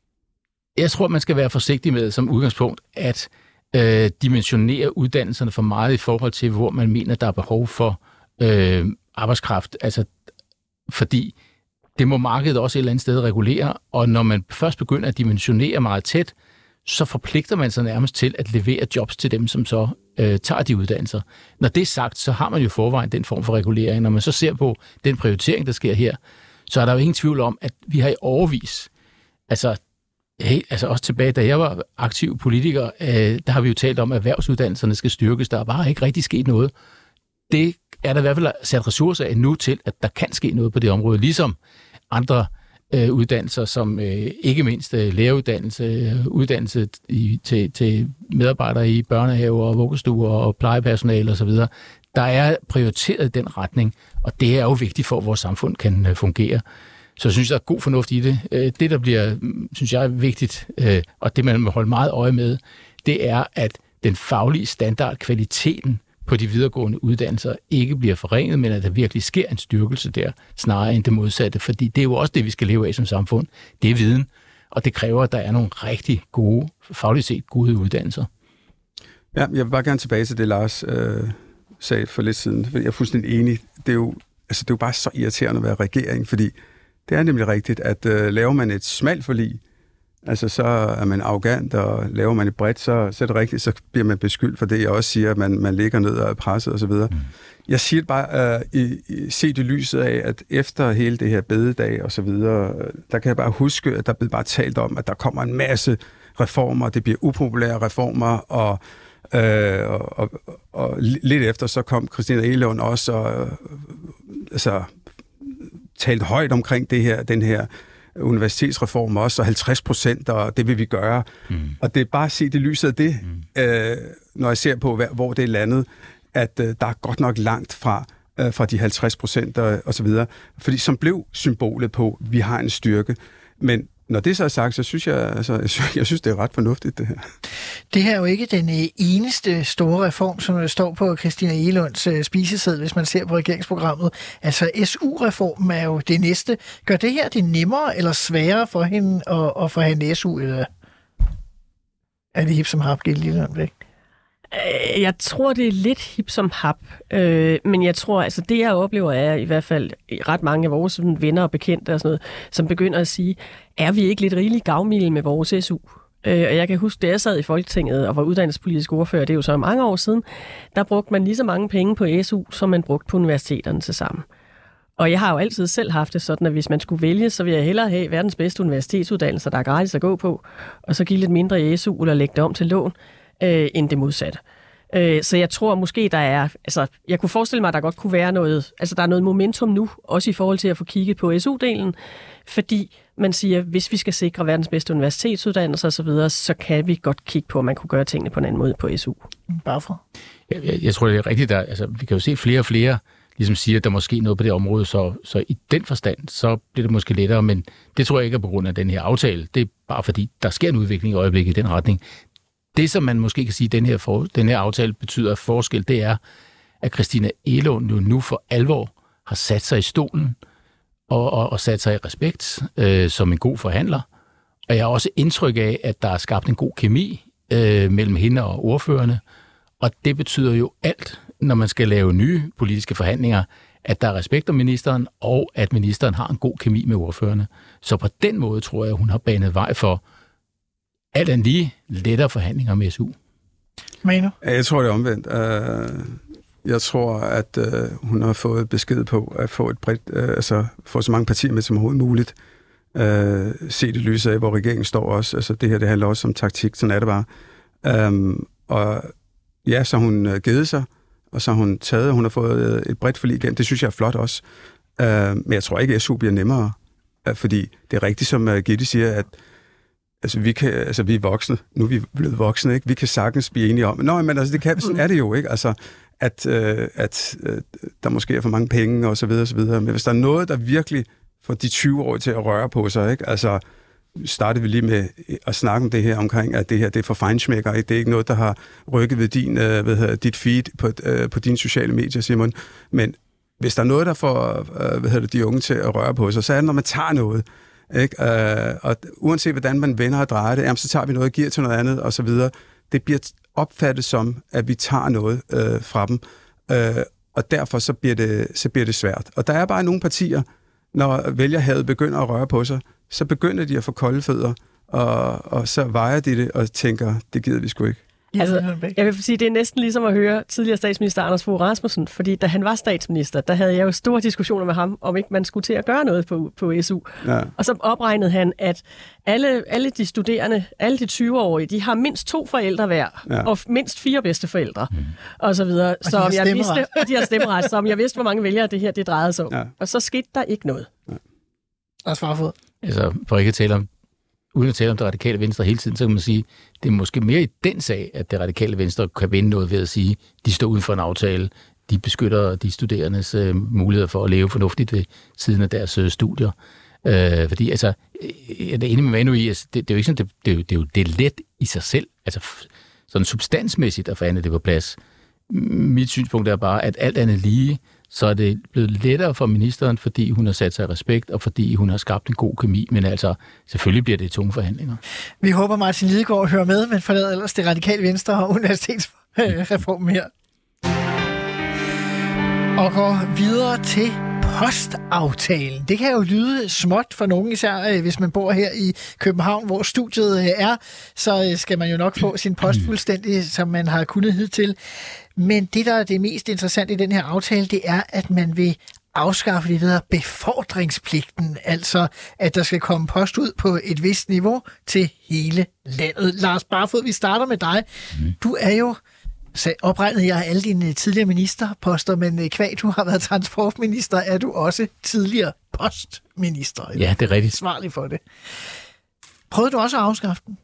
[SPEAKER 7] jeg tror, man skal være forsigtig med som udgangspunkt, at øh, dimensionere uddannelserne for meget i forhold til, hvor man mener, der er behov for øh, arbejdskraft. Altså, fordi det må markedet også et eller andet sted regulere, og når man først begynder at dimensionere meget tæt, så forpligter man sig nærmest til at levere jobs til dem, som så øh, tager de uddannelser. Når det er sagt, så har man jo forvejen den form for regulering. Når man så ser på den prioritering, der sker her, så er der jo ingen tvivl om, at vi har i overvis, altså, hey, altså også tilbage, da jeg var aktiv politiker, øh, der har vi jo talt om, at erhvervsuddannelserne skal styrkes. Der er bare ikke rigtig sket noget. Det er der i hvert fald sat ressourcer af nu til, at der kan ske noget på det område, ligesom andre øh, uddannelser, som øh, ikke mindst øh, læreruddannelse, uddannelse i, til, til medarbejdere i børnehaver og vuggestuer og plejepersonale osv., der er prioriteret i den retning, og det er jo vigtigt for, at vores samfund kan øh, fungere. Så jeg synes, der er god fornuft i det. Øh, det, der bliver, synes jeg, er vigtigt, øh, og det man må holde meget øje med, det er, at den faglige standard, kvaliteten på de videregående uddannelser ikke bliver forringet, men at der virkelig sker en styrkelse der, snarere end det modsatte, fordi det er jo også det, vi skal leve af som samfund. Det er viden, og det kræver, at der er nogle rigtig gode, fagligt set gode uddannelser.
[SPEAKER 8] Ja, jeg vil bare gerne tilbage til det, Lars øh, sagde for lidt siden. Jeg er fuldstændig enig. Det er jo, altså, det er jo bare så irriterende at være regering, fordi det er nemlig rigtigt, at øh, laver man et smalt forlig, altså så er man arrogant, og laver man et bredt, så, så er det rigtigt, så bliver man beskyldt for det. Jeg også siger, at man, man ligger ned og er presset osv. Mm. Jeg siger bare, uh, i, i, set i lyset af, at efter hele det her bededag og så videre, der kan jeg bare huske, at der blev bare talt om, at der kommer en masse reformer, det bliver upopulære reformer, og, øh, og, og, og lidt efter så kom Christina Egelund også og øh, altså, talte højt omkring det her, den her universitetsreform også, og halvtreds procent, og det vil vi gøre. Mm. Og det er bare at se det lyset af det, mm. øh, når jeg ser på, hvor det er landet, at øh, der er godt nok langt fra, øh, fra de halvtreds procent og, og så videre. Fordi som blev symbolet på, at vi har en styrke. Men når det så er sagt, så synes jeg, altså, jeg, synes, jeg synes, det er ret fornuftigt, det her.
[SPEAKER 6] Det her er jo ikke den eneste store reform, som der står på Christina Egelunds uh, spiseseddel, hvis man ser på regeringsprogrammet. Altså S U-reformen er jo det næste. Gør det her det nemmere eller sværere for hende at, at forhandle S U, eller er det hip som hap, Gitte Lillelund?
[SPEAKER 9] Jeg tror, det er lidt hip som hap, øh, men jeg tror, altså det jeg oplever er i hvert fald ret mange af vores venner og bekendte og sådan noget, som begynder at sige, er vi ikke lidt rigeligt gavmilde med vores S U? Øh, og jeg kan huske, da jeg sad i Folketinget og var uddannelsespolitisk ordfører, det er jo så mange år siden, der brugte man lige så mange penge på S U, som man brugte på universiteterne til sammen. Og jeg har jo altid selv haft det sådan, at hvis man skulle vælge, så ville jeg hellere have verdens bedste universitetsuddannelser, der er gratis at gå på, og så give lidt mindre i S U eller lægge det om til lån, øh, end det modsatte. Øh, så jeg tror måske, der er... Altså, jeg kunne forestille mig, at der godt kunne være noget... Altså, der er noget momentum nu, også i forhold til at få kigget på S U-delen, fordi man siger, hvis vi skal sikre verdens bedste universitetsuddannelser osv., så, videre, så kan vi godt kigge på, at man kunne gøre tingene på en anden måde på S U.
[SPEAKER 6] Bare for.
[SPEAKER 7] Jeg, jeg, jeg tror, det er rigtigt. Der, altså, vi kan jo se flere og flere, ligesom siger, at der måske er noget på det område, så, så i den forstand, så bliver det måske lettere, men det tror jeg ikke er på grund af den her aftale. Det er bare fordi, der sker en udvikling i øjeblikket i den retning. Det, som man måske kan sige, at den her, for, den her aftale betyder forskel, det er, at Christina Egelund jo nu for alvor har sat sig i stolen og, og, og sat sig i respekt øh, som en god forhandler. Og jeg har også indtryk af, at der er skabt en god kemi øh, mellem hende og ordførerne. Og det betyder jo alt, når man skal lave nye politiske forhandlinger, at der er respekt om ministeren, og at ministeren har en god kemi med ordførerne. Så på den måde tror jeg, hun har banet vej for alt andet lige lettere forhandlinger med S U.
[SPEAKER 6] Mener?
[SPEAKER 8] Jeg tror, det er omvendt. Jeg tror, at hun har fået besked på at få et bredt, altså få så mange partier med som overhovedet muligt. Se det lyse af, hvor regeringen står også. Altså det her, det handler også om taktik, sådan er det bare. Og ja, så har hun givet sig, og så har hun taget, og hun har fået et bredt forlig igen. Det synes jeg er flot også. Men jeg tror ikke, at S U bliver nemmere, fordi det er rigtigt, som Gitte siger, at Altså vi, kan, altså, vi er voksne. Nu er vi blevet voksne, ikke? Vi kan sagtens blive enige om. Nå, men altså, det kan, sådan er det jo, ikke? Altså, at, øh, at øh, der måske er for mange penge, og så videre, og så videre. Men hvis der er noget, der virkelig får de tyve-årige til at røre på sig, ikke? Altså, startede vi lige med at snakke om det her omkring, at det her, det er for feinschmecker, ikke? Det er ikke noget, der har rykket ved din, øh, hvad hedder, dit feed på, øh, på dine sociale medier, Simon. Men hvis der er noget, der får øh, hvad hedder det, de unge til at røre på sig, så er det, når man tager noget. Ikke? Øh, og uanset hvordan man vender og drejer det, jamen, så tager vi noget og giver til noget andet, og så videre. Det bliver opfattet som, at vi tager noget øh, fra dem, øh, og derfor så bliver, det, så bliver det svært. Og der er bare nogle partier, når vælgerhavet begynder at røre på sig, så begynder de at få kolde fødder, og, og så vejer de det og tænker, det gider vi sgu ikke.
[SPEAKER 9] Altså, jeg vil sige, det er næsten ligesom at høre tidligere statsminister Anders Fogh Rasmussen, fordi da han var statsminister, der havde jeg jo store diskussioner med ham, om ikke man skulle til at gøre noget på, på S U. Ja. Og så opregnede han, at alle, alle de studerende, alle de tyve-årige, de har mindst to forældre hver, ja. Og mindst fire bedsteforældre, mm. og så videre.
[SPEAKER 6] Og
[SPEAKER 9] så
[SPEAKER 6] de
[SPEAKER 9] jeg vidste, og de har stemmeret, så om jeg vidste, hvor mange vælgere det her det drejede sig om.
[SPEAKER 8] Ja.
[SPEAKER 9] Og så skete der ikke noget.
[SPEAKER 6] Ja. Lars Barfoed.
[SPEAKER 7] Altså, for ikke at tale om, uden at tale om det radikale venstre hele tiden, så kan man sige, det er måske mere i den sag, at det radikale venstre kan vinde noget ved at sige, de står uden for en aftale, de beskytter de studerendes øh, muligheder for at leve fornuftigt ved siden af deres øh, studier. Øh, fordi, altså, jeg er enig med Manu i, altså, det, det er jo ikke sådan, det, det, er jo, det er jo det er let i sig selv, altså sådan substansmæssigt at forhandle det på plads. Mit synspunkt er bare, at alt andet lige, så er det blevet lettere for ministeren, fordi hun har sat sig i respekt, og fordi hun har skabt en god kemi. Men altså, selvfølgelig bliver det tunge forhandlinger.
[SPEAKER 6] Vi håber, Martin Lidegaard hører med, men forlader ellers det radikale venstre og universitetsreformen her. Og går videre til postaftalen. Det kan jo lyde småt for nogen, især hvis man bor her i København, hvor studiet er, så skal man jo nok få sin post fuldstændig, som man har kunnet hidtil. Men det, der er det mest interessante i den her aftale, det er, at man vil afskaffe det, der hedder befordringspligten, altså at der skal komme post ud på et vist niveau til hele landet. Lars Barfod, vi starter med dig. Du er jo Så opregnede jeg alle dine tidligere ministerposter, men kvad du har været transportminister, er du også tidligere postminister.
[SPEAKER 7] Ja, det er rigtigt.
[SPEAKER 6] Svarlig for det. Prøvede du også at afskaffe den?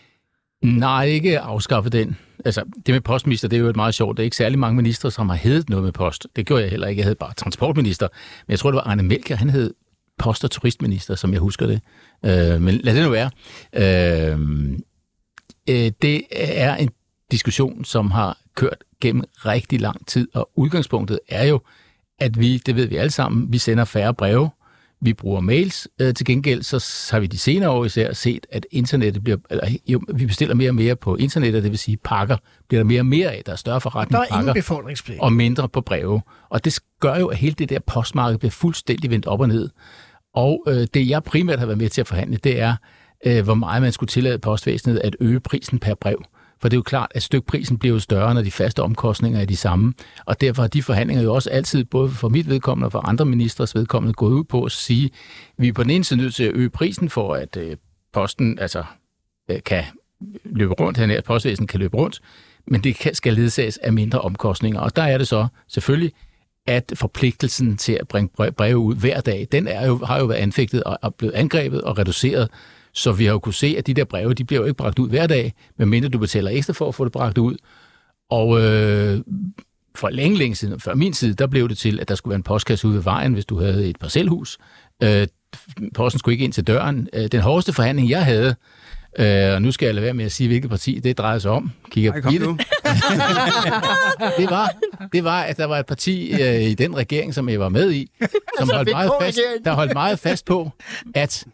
[SPEAKER 7] Nej, ikke afskaffe den. Altså, det med postminister, det er jo et meget sjovt. Det er ikke særlig mange ministre, som har heddet noget med post. Det gjorde jeg heller ikke. Jeg havde bare transportminister. Men jeg tror, det var Arne Melchior, han hed post- og turistminister, som jeg husker det. Øh, men lad det nu være. Øh, øh, det er en diskussion, som har kørt gennem rigtig lang tid, og udgangspunktet er jo, at vi, det ved vi alle sammen, vi sender færre breve, vi bruger mails. Øh, til gengæld så har vi de senere år især set, at internettet bliver, eller jo, vi bestiller mere og mere på internettet, det vil sige pakker, bliver der mere og mere af, der er større forretning
[SPEAKER 6] der er
[SPEAKER 7] pakker,
[SPEAKER 6] befordringspligt.
[SPEAKER 7] Og mindre på breve. Og det gør jo, at hele det der postmarked bliver fuldstændig vendt op og ned. Og øh, det jeg primært har været med til at forhandle, det er, øh, hvor meget man skulle tillade postvæsenet at øge prisen per brev. For det er jo klart, at stykprisen bliver jo større, når de faste omkostninger er de samme. Og derfor har de forhandlinger jo også altid, både for mit vedkommende og for andre ministers vedkommende, gået ud på at sige, at vi er på den ene side nødt til at øge prisen for, at øh, posten altså, øh, kan løbe rundt, her at postvæsenet kan løbe rundt, men det kan, skal ledsages af mindre omkostninger. Og der er det så selvfølgelig, at forpligtelsen til at bringe breve ud hver dag, den er jo, har jo været anfægtet og er blevet angrebet og reduceret. Så vi har jo kunne se, at de der breve, de bliver jo ikke bragt ud hver dag, medmindre du betaler ekstra for at få det bragt ud. Og øh, for længe, længe siden, før min tid, der blev det til, at der skulle være en postkasse ude ved vejen, hvis du havde et parcelhus. Øh, posten skulle ikke ind til døren. Øh, den hårdeste forhandling, jeg havde, øh, og nu skal jeg lade være med at sige, hvilket parti det drejer sig om. Kigger på det. det, var, det var, at der var et parti øh, i den regering, som jeg var med i, som holdt meget fast, der holdt meget fast på, at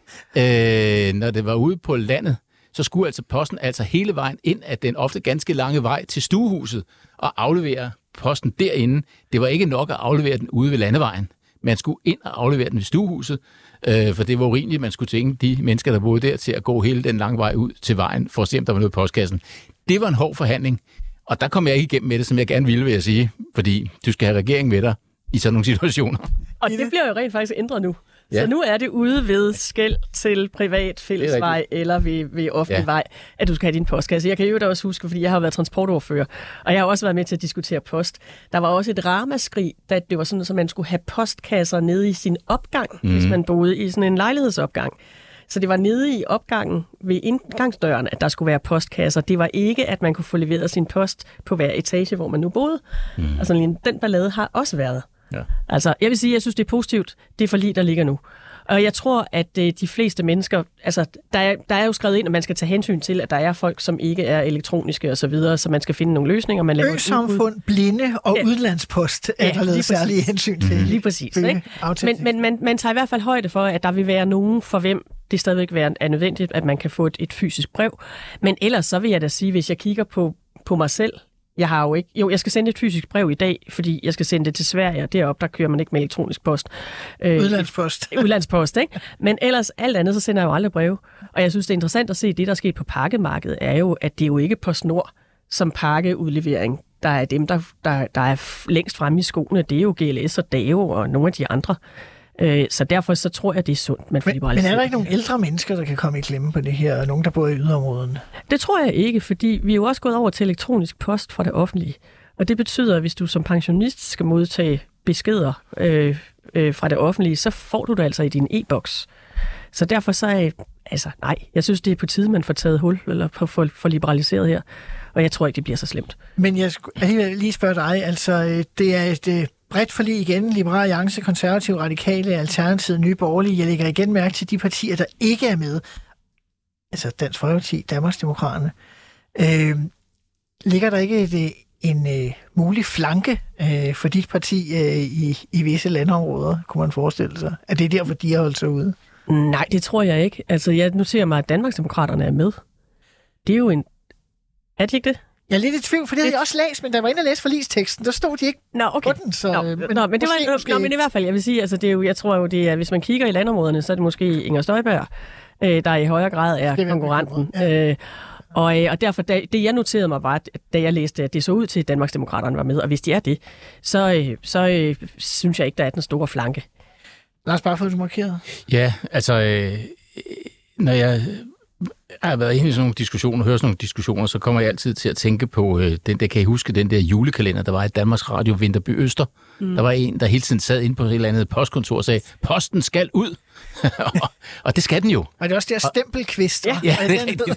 [SPEAKER 7] øh, når det var ude på landet, så skulle altså posten altså hele vejen ind af den ofte ganske lange vej til stuehuset og aflevere posten derinde. Det var ikke nok at aflevere den ude ved landevejen. Man skulle ind og aflevere den ved stuehuset, øh, for det var urimeligt, man skulle tvinge de mennesker, der boede der, til at gå hele den lange vej ud til vejen, for at se, om der var noget i postkassen. Det var en hård forhandling, og der kom jeg ikke igennem med det, som jeg gerne ville, vil jeg sige, fordi du skal have regeringen med dig i sådan nogle situationer.
[SPEAKER 9] Og det bliver jo rent faktisk ændret nu.
[SPEAKER 7] Ja.
[SPEAKER 9] Så nu er det ude ved skel til privat fællesvej eller ved, ved offentlig ja. vej, at du skal have din postkasse. Jeg kan jo da også huske, fordi jeg har været transportordfører, og jeg har også været med til at diskutere post. Der var også et ramaskrig, da det var sådan, at man skulle have postkasser nede i sin opgang, mm. hvis man boede i sådan en lejlighedsopgang. Så det var nede i opgangen ved indgangsdøren, at der skulle være postkasser. Det var ikke, at man kunne få leveret sin post på hver etage, hvor man nu boede. Mm. Altså den ballade har også været. Ja. Altså, jeg vil sige, at jeg synes, det er positivt, det forlig, der ligger nu. Og jeg tror, at øh, de fleste mennesker, altså, der er, der er jo skrevet ind, at man skal tage hensyn til, at der er folk, som ikke er elektroniske og så videre, så man skal finde nogle løsninger. Man laver
[SPEAKER 6] Ø-samfund, blinde og ja. udlandspost er ja, der lavet særlige hensyn til.
[SPEAKER 9] Mm. Lige præcis. Ikke? Men, men man, man tager i hvert fald højde for, at der vil være nogen, for hvem det stadigvæk er nødvendigt, at man kan få et, et fysisk brev. Men ellers så vil jeg da sige, hvis jeg kigger på, på mig selv, Jeg har jo ikke... Jo, jeg skal sende et fysisk brev i dag, fordi jeg skal sende det til Sverige, og deroppe, der kører man ikke med elektronisk post.
[SPEAKER 6] Udlandspost.
[SPEAKER 9] Øh, udlandspost, ikke? Men ellers, alt andet, så sender jeg jo aldrig breve. Og jeg synes, det er interessant at se, det, der er sket på pakkemarkedet, er jo, at det er jo ikke PostNord som pakkeudlevering, der er dem, der, der, der er længst fremme i skoene. Det er jo G L S og Dao og nogle af de andre. Så derfor så tror jeg, det er sundt. Man
[SPEAKER 6] men, men er der ikke nogen ældre mennesker, der kan komme i klemme på det her, og nogen, der bor i yderområderne?
[SPEAKER 9] Det tror jeg ikke, fordi vi er jo også gået over til elektronisk post fra det offentlige. Og det betyder, at hvis du som pensionist skal modtage beskeder øh, øh, fra det offentlige, så får du det altså i din e-boks. Så derfor så er altså nej, jeg synes, det er på tide, man får taget hul, eller får for liberaliseret her. Og jeg tror ikke, det bliver så slemt.
[SPEAKER 6] Men jeg skulle lige spørge dig, altså det er et bredt forlig igen, Liberal Alliance, Konservative, Radikale, Alternativet, Nye Borgerlige. Jeg lægger igen mærke til de partier, der ikke er med. Altså Dansk Folkeparti, Danmarksdemokraterne. Øh, ligger der ikke et, en øh, mulig flanke øh, for dit parti øh, i, i visse landområder, kunne man forestille sig? Er det derfor, de har holdt sig ude?
[SPEAKER 9] Nej, det tror jeg ikke. Altså, jeg noterer mig, at Danmarksdemokraterne er med. Det er jo en... Er det ikke det?
[SPEAKER 6] Jeg er lidt i tvivl, for det havde jeg også læst, men da jeg var inde og læste forligsteksten, der stod de ikke
[SPEAKER 9] Nå, okay.
[SPEAKER 6] på den. Så,
[SPEAKER 9] Nå,
[SPEAKER 6] men,
[SPEAKER 9] Nå, men, det
[SPEAKER 6] måske,
[SPEAKER 9] var,
[SPEAKER 6] måske...
[SPEAKER 9] Nå, men i hvert fald, jeg vil sige, altså, det er jo, jeg tror jo, det er, hvis man kigger i landområderne, så er det måske Inger Støjberg, øh, der i højere grad er konkurrenten. Ja. Øh, og, og derfor, da, det jeg noterede mig, var, at da jeg læste, at det så ud til, at Danmarksdemokraterne var med, og hvis de er det, så, øh, så øh, synes jeg ikke, der er den store flanke.
[SPEAKER 6] Lars Barfoed, du markeret.
[SPEAKER 7] Ja, altså, øh, når jeg har været inde i sådan nogle diskussioner, hører sådan nogle diskussioner, så kommer jeg altid til at tænke på øh, den der, kan I huske, den der julekalender, der var i Danmarks Radio Vinterby Øster. Mm. Der var en, der hele tiden sad inde på et eller andet postkontor og sagde, posten skal ud. og, og det skal den jo.
[SPEAKER 6] Og det er også der stempelkvist.
[SPEAKER 7] Ja, ja, det er rigtigt.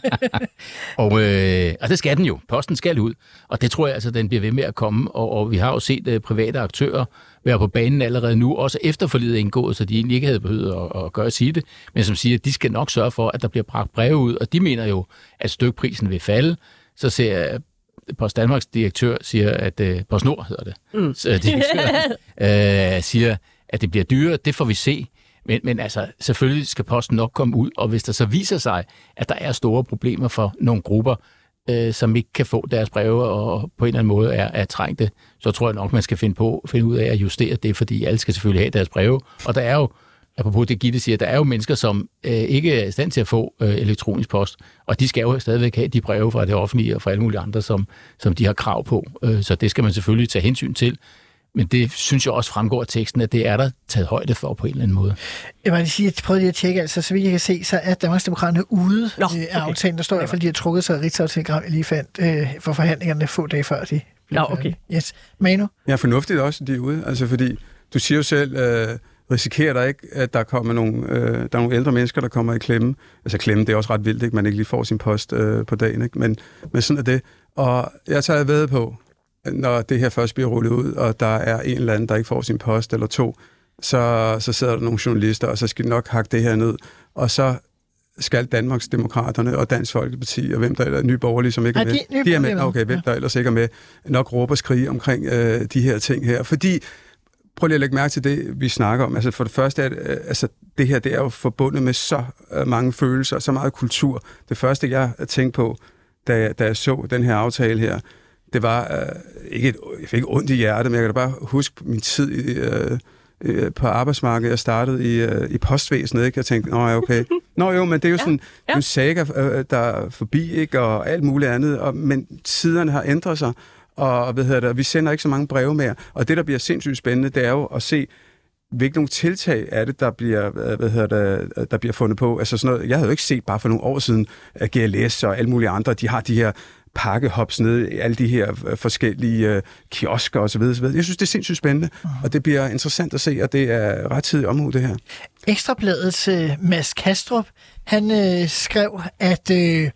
[SPEAKER 7] og, øh, og det skal den jo. Posten skal ud. Og det tror jeg altså, den bliver ved med at komme. Og, og vi har jo set uh, private aktører være på banen allerede nu, også efter forliget er indgået, så de egentlig ikke havde behøvet at, at gøre at sige det, men som siger, at de skal nok sørge for, at der bliver bragt breve ud, og de mener jo, at stykprisen vil falde. Så ser jeg, Post Danmarks direktør siger, at uh, PostNord hedder det, mm. så, direktør, uh, siger, at det bliver dyrere. Det får vi se. Men, men altså, selvfølgelig skal posten nok komme ud, og hvis der så viser sig, at der er store problemer for nogle grupper, øh, som ikke kan få deres breve og på en eller anden måde er, er trængte, så tror jeg nok, man skal finde, på, finde ud af at justere det, fordi alle skal selvfølgelig have deres breve. Og der er jo, apropos det Gitte siger, der er jo mennesker, som øh, ikke er i stand til at få øh, elektronisk post, og de skal jo stadigvæk have de breve fra det offentlige og fra alle mulige andre, som, som de har krav på. Øh, så det skal man selvfølgelig tage hensyn til. Men det synes jeg også fremgår af teksten, at det er der taget højde for på en eller anden måde.
[SPEAKER 6] Jeg vil lige sige, at jeg prøvede lige at tjekke, altså så vidt jeg kan se, så er Danmarksdemokraterne ude Nå, okay. af aftalen. Der står i hvert fald, at de har trukket sig af Ritzau-telegram, jeg lige fandt øh, for forhandlingerne få dage før de blev
[SPEAKER 9] Nå, okay.
[SPEAKER 6] Yes. Manu?
[SPEAKER 8] Ja, fornuftigt også, at de er ude. Altså fordi, du siger jo selv, øh, risikerer der ikke, at der kommer nogle, øh, der er nogle ældre mennesker, der kommer i klemme. Altså klemme, det er også ret vildt, ikke? Man ikke lige får sin post øh, på dagen, ikke? Men, men sådan er det. Og jeg tager ved på, når det her først bliver rullet ud, og der er en eller anden, der ikke får sin post, eller to, så, så sidder der nogle journalister, og så skal de nok hakke det her ned. Og så skal Danmarksdemokraterne og Dansk Folkeparti, og hvem der er Nye Borgerlige, som ikke er med, ja, de, de er med, okay, hvem der ellers ikke er med, nok råber og skrige omkring øh, de her ting her. Fordi, prøv lige at lægge mærke til det, vi snakker om. Altså for det første, er det, altså, det her det er jo forbundet med så mange følelser, så meget kultur. Det første, jeg tænkte på, da jeg, da jeg så den her aftale her, det var øh, ikke et, jeg fik ikke ondt i hjertet, men jeg kan da bare huske min tid i, øh, øh, på arbejdsmarkedet. Jeg startede i, øh, i postvæsenet, ikke? Jeg tænkte, nå ja, okay. Nå jo, men det er jo sådan ja, ja. en saga, øh, der er forbi, ikke? Og alt muligt andet. Og, men tiderne har ændret sig, og hvad hedder det, vi sender ikke så mange breve mere. Og det, der bliver sindssygt spændende, det er jo at se, hvilke nogle tiltag er det, der bliver, hvad hedder det, der bliver fundet på. Altså sådan noget, jeg havde jo ikke set bare for nogle år siden, at G L S og alle mulige andre, de har de her pakkehops nede i alle de her forskellige uh, kiosker og så videre, så videre. Jeg synes, det er sindssygt spændende, uh-huh. og det bliver interessant at se, og det er rettidig omhu, det her.
[SPEAKER 6] Ekstrabladets uh, Mads Kastrup, han uh, skrev, at uh,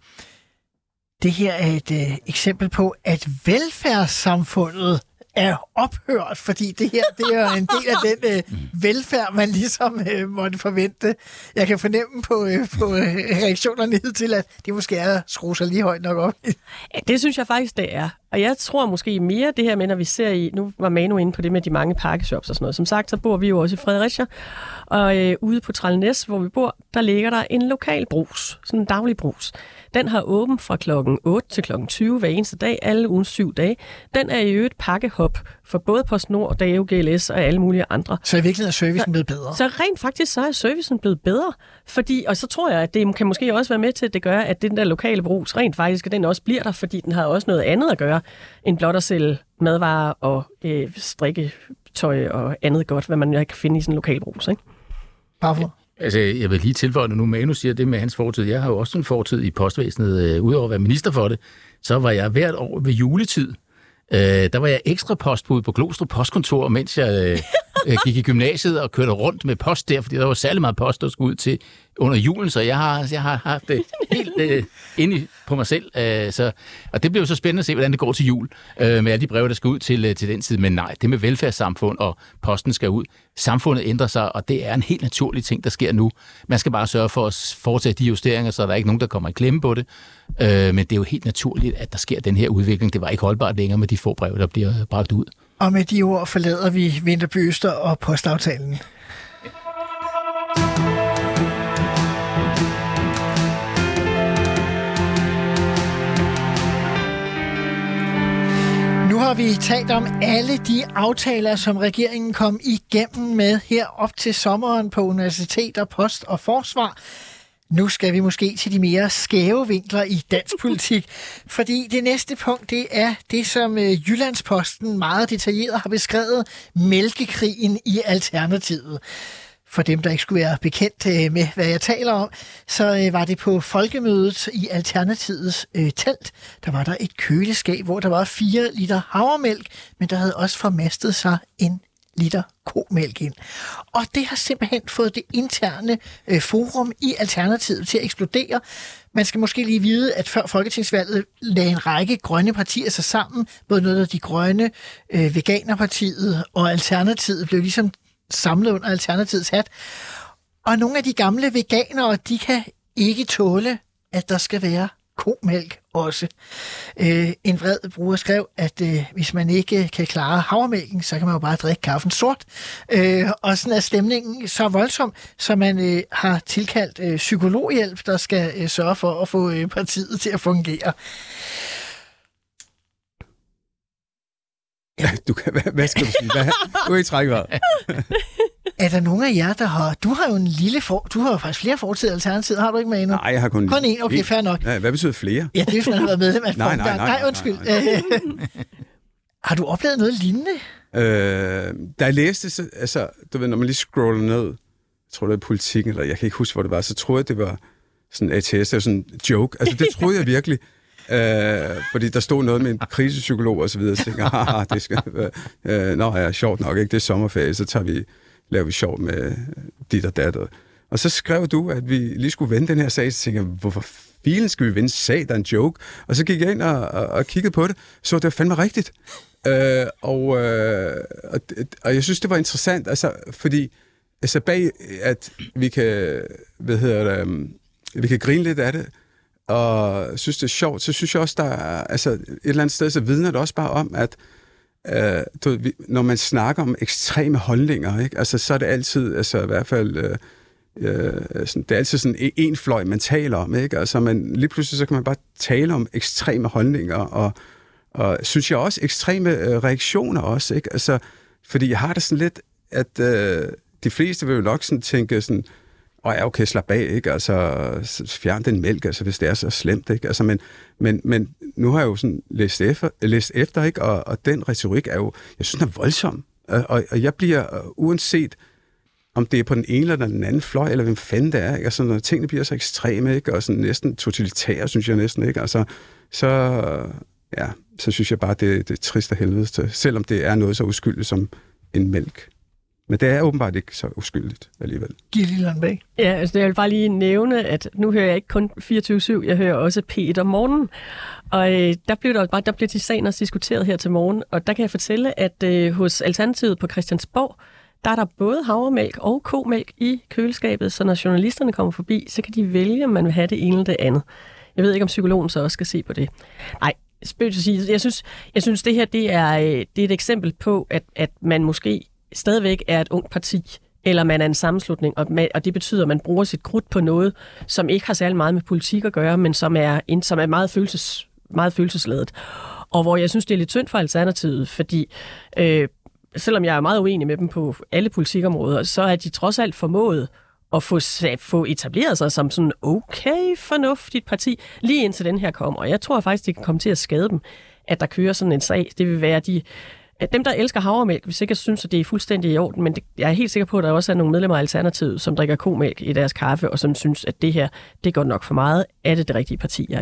[SPEAKER 6] det her er et uh, eksempel på, at velfærdssamfundet er ophørt, fordi det her det er en del af den øh, velfærd, man ligesom øh, måtte forvente. Jeg kan fornemme på, øh, på øh, reaktionerne til, at det måske er at skrue sig lige højt nok op.
[SPEAKER 9] Ja, det synes jeg faktisk, det er. Og jeg tror måske mere det her med, når vi ser i, nu var Manu inde på det med de mange pakkeshops og sådan noget. Som sagt, så bor vi jo også i Fredericia, og øh, ude på Trælnæs, hvor vi bor, der ligger der en lokal brus, sådan en daglig brus. Den har åben fra klokken otte til klokken tyve hver eneste dag, alle ugens syv dage. Den er i øvrigt pakkehop for både PostNord, D A O, G L S og alle mulige andre.
[SPEAKER 6] Så i virkeligheden er servicen blevet bedre?
[SPEAKER 9] Så rent faktisk så er servicen blevet bedre, fordi, og så tror jeg, at det kan måske også være med til, at det gør, at den der lokale brus rent faktisk, at den også bliver der, fordi den har også noget andet at gøre, end blot at sælge madvarer og øh, strikketøj og andet godt, hvad man kan finde i sådan en lokal brus, ikke?
[SPEAKER 6] Hvorfor?
[SPEAKER 7] Altså, jeg vil lige tilføje, når nu Manu siger det med hans fortid. Jeg har jo også en fortid i postvæsenet. Øh, Udover at være minister for det, så var jeg hvert år ved juletid. Øh, der var jeg ekstra postbud på Glostrup postkontor, mens jeg øh, øh, gik i gymnasiet og kørte rundt med post der, fordi der var særlig meget post, der skulle ud til under julen, så jeg har, jeg har haft det helt øh, inde på mig selv. Øh, så, og det bliver jo så spændende at se, hvordan det går til jul øh, med alle de breve, der skal ud til, øh, til den tid. Men nej, det med velfærdssamfund og posten skal ud. Samfundet ændrer sig, og det er en helt naturlig ting, der sker nu. Man skal bare sørge for at foretage de justeringer, så der er ikke nogen, der kommer i klemme på det. Øh, men det er jo helt naturligt, at der sker den her udvikling. Det var ikke holdbart længere med de få breve, der bliver bragt ud.
[SPEAKER 6] Og med de ord forlader vi Winther Bøster og postaftalen. Nu har vi talt om alle de aftaler, som regeringen kom igennem med her op til sommeren på universiteter, post og forsvar. Nu skal vi måske til de mere skæve vinkler i dansk politik, fordi det næste punkt, det er det, som Jyllandsposten meget detaljeret har beskrevet, mælkekrigen i Alternativet. For dem, der ikke skulle være bekendt med, hvad jeg taler om, så var det på folkemødet i Alternativets øh, telt. Der var der et køleskab, hvor der var fire liter havremælk, men der havde også formastet sig en liter komælk ind. Og det har simpelthen fået det interne øh, forum i Alternativet til at eksplodere. Man skal måske lige vide, at før folketingsvalget lagde en række grønne partier sig sammen. Både noget af de grønne, øh, Veganerpartiet og Alternativet blev ligesom samlet under Alternativets hat. Og nogle af de gamle veganere, de kan ikke tåle, at der skal være komælk også. Øh, en vred bruger skrev, at øh, hvis man ikke kan klare havremælken, så kan man jo bare drikke kaffen sort. Øh, og sådan er stemningen så voldsom, så man øh, har tilkaldt øh, psykologhjælp, der skal øh, sørge for at få øh, partiet til at fungere.
[SPEAKER 8] Ja, du kan, hvad, hvad skal du sige? Hvad, du er i trækvejret.
[SPEAKER 6] Er der nogen af jer, der har... Du har jo en lille for... Du har jo faktisk flere fortid i Alternativet, har du ikke med endnu?
[SPEAKER 8] Nej, jeg har kun...
[SPEAKER 6] Kun en, okay, fair nok.
[SPEAKER 8] Ja, hvad betyder flere?
[SPEAKER 6] Ja, det er, hvis man har været medlem af et
[SPEAKER 8] nej, nej, nej, nej,
[SPEAKER 6] nej, undskyld.
[SPEAKER 8] Nej, nej, nej.
[SPEAKER 6] Har du oplevet noget lignende?
[SPEAKER 8] Øh, da jeg læste, så, altså, du ved, når man lige scroller ned, jeg tror, det var Politikken, eller jeg kan ikke huske, hvor det var, så troede jeg, det var sådan A T S, det var sådan en joke. Altså, det troede jeg virkelig. Øh, fordi der stod noget med en krisepsykolog og så videre, og så tænkte jeg, det skal øh, nå ja, sjovt nok, ikke? Det er sommerferie, så tager vi, laver vi sjov med dit og datter. Og så skrev du, at vi lige skulle vende den her sag, så tænkte jeg, hvorfor filen skal vi vende sag, der er en joke? Og så gik jeg ind og, og, og kiggede på det, så det var fandme rigtigt. Øh, og, øh, og, og jeg synes, det var interessant, altså, fordi altså bag, at vi kan, hvad hedder det, um, vi kan grine lidt af det, og synes, det er sjovt, så synes jeg også, der er, altså et eller andet sted, så vidner det også bare om, at øh, du, vi, når man snakker om ekstreme holdninger, ikke, altså så er det altid, altså i hvert fald, øh, øh, sådan, det er altid sådan en fløj, man taler om, ikke, altså man, lige pludselig så kan man bare tale om ekstreme holdninger, og, og synes jeg også ekstreme øh, reaktioner også, ikke, altså, fordi jeg har det sådan lidt, at øh, de fleste vil jo nok sådan tænke sådan, og ja, okay, slap af, ikke? Altså, fjern den mælk, altså, hvis det er så slemt, ikke? Altså, men, men, men nu har jeg jo sådan læst efter, læst efter ikke? Og, og den retorik er jo, jeg synes, den er voldsom. Og, og jeg bliver, uanset om det er på den ene eller den anden fløj, eller hvem fanden det er, ikke? Altså, når tingene bliver så ekstreme, ikke? Og sådan næsten totalitære, synes jeg næsten, ikke? Altså, så, ja, så synes jeg bare, det, det er trist af helvede til, selvom det er noget så uskyldigt som en mælk. Men det er åbenbart ikke så uskyldigt alligevel.
[SPEAKER 6] Gilly Landbæk.
[SPEAKER 9] Ja, altså jeg vil bare lige nævne, at nu hører jeg ikke kun fireogtyve syv, jeg hører også P et om morgenen. Og øh, der blev der bare der blev de sagen også diskuteret her til morgen. Og der kan jeg fortælle, at øh, hos Alternativet på Christiansborg, der er der både havremælk og komælk i køleskabet, så når journalisterne kommer forbi, så kan de vælge, om man vil have det ene eller det andet. Jeg ved ikke, om psykologen så også skal se på det. Nej, spøg til at sige. Jeg synes, jeg synes det her det er, det er et eksempel på, at, at man måske stadigvæk er et ungt parti, eller man er en sammenslutning, og, man, og det betyder, at man bruger sit krudt på noget, som ikke har særlig meget med politik at gøre, men som er, en, som er meget, følelses, meget følelsesladet. Og hvor jeg synes, det er lidt tyndt for Alternativet, fordi øh, selvom jeg er meget uenig med dem på alle politikområder, så er de trods alt formået at få, få etableret sig som sådan okay, fornuftigt parti, lige indtil den her kommer. Og jeg tror faktisk, det kan komme til at skade dem, at der kører sådan en sag. Det vil være de... Dem, der elsker havremælk, vil sikkert synes, at det er fuldstændig i orden, men det, jeg er helt sikker på, at der også er nogle medlemmer af Alternativet, som drikker komælk i deres kaffe, og som synes, at det her, det går nok for meget. Er det det rigtige parti, jeg er i?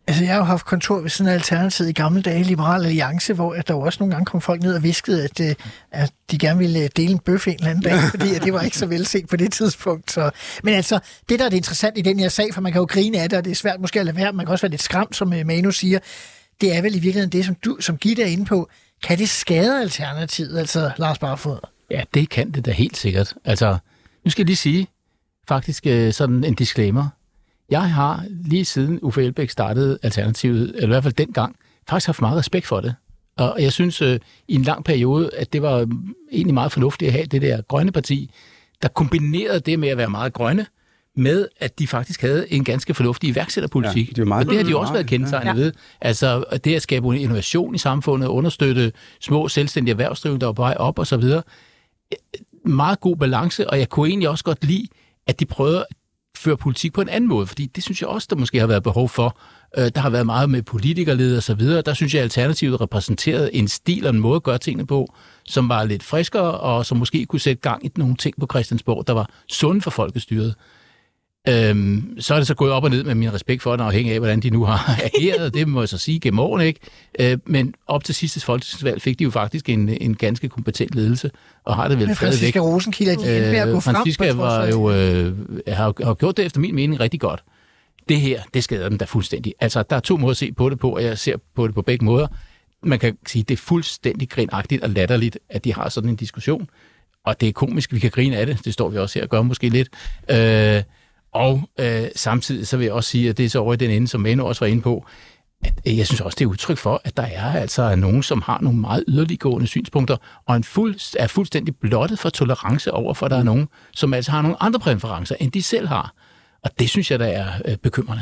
[SPEAKER 6] Altså, jeg har jo haft kontor ved sådan en alternativ i gamle dage, Liberal Alliance, hvor der jo også nogle gange kom folk ned og viskede, at, øh, at de gerne ville dele en bøf en eller anden dag, fordi at det var ikke så velset på det tidspunkt. Så. Men altså, det der er det interessant i den her sag, for man kan jo grine af det, og det er svært måske at lade være, man kan også være lidt skræmt, som Manu siger, det er vel i virkeligheden det, som du som Gitte er inde på. Kan det skade Alternativet, altså Lars Barfoed?
[SPEAKER 7] Ja, det kan det da helt sikkert. Altså, nu skal jeg lige sige, faktisk sådan en disclaimer. Jeg har lige siden Uffe Elbæk startede Alternativet, eller i hvert fald dengang, faktisk haft meget respekt for det. Og jeg synes øh, i en lang periode, at det var egentlig meget fornuftigt at have det der grønne parti, der kombinerede det med at være meget grønne, med at de faktisk havde en ganske fornuftig iværksætterpolitik. Ja, det, meget, og det har de også været kendetegnet ja. ved. Altså det at skabe innovation i samfundet, understøtte små selvstændige erhvervsdrivende, der var på vej op og så videre. Meget god balance, og jeg kunne egentlig også godt lide, at de prøvede at føre politik på en anden måde, fordi det synes jeg også, der måske har været behov for. Der har været meget med politikerled og så videre. Der synes jeg, at Alternativet repræsenterede en stil og en måde at gøre tingene på, som var lidt friskere, og som måske kunne sætte gang i nogle ting på Christiansborg, der var sunde for folkestyret. Øhm, så er det så gået op og ned med min respekt for det, afhængig af, hvordan de nu har ageret. Det må jeg så sige gennem årene, ikke? Øh, men op til sidste folketingsvalg fik de jo faktisk en, en ganske kompetent ledelse, og har det vel stadigvæk.
[SPEAKER 6] Franziska Rosenkilde, de endte med at gå frem.
[SPEAKER 7] Franziska var jo, øh, har, har gjort det efter min mening rigtig godt. Det her, det skader dem da fuldstændig. Altså, der er to måder at se på det på, og jeg ser på det på begge måder. Man kan sige, det er fuldstændig grinagtigt og latterligt, at de har sådan en diskussion. Og det er komisk, vi kan grine af det. Det står vi også her og gør måske lidt. Øh, Og øh, samtidig så vil jeg også sige, at det er så over i den ende, som Manu også var inde på, at øh, jeg synes også, det er udtryk for, at der er altså nogen, som har nogle meget yderliggående synspunkter, og en fuld, er fuldstændig blottet for tolerance over for, at der er nogen, som altså har nogle andre præferencer, end de selv har. Og det synes jeg, der er øh, bekymrende.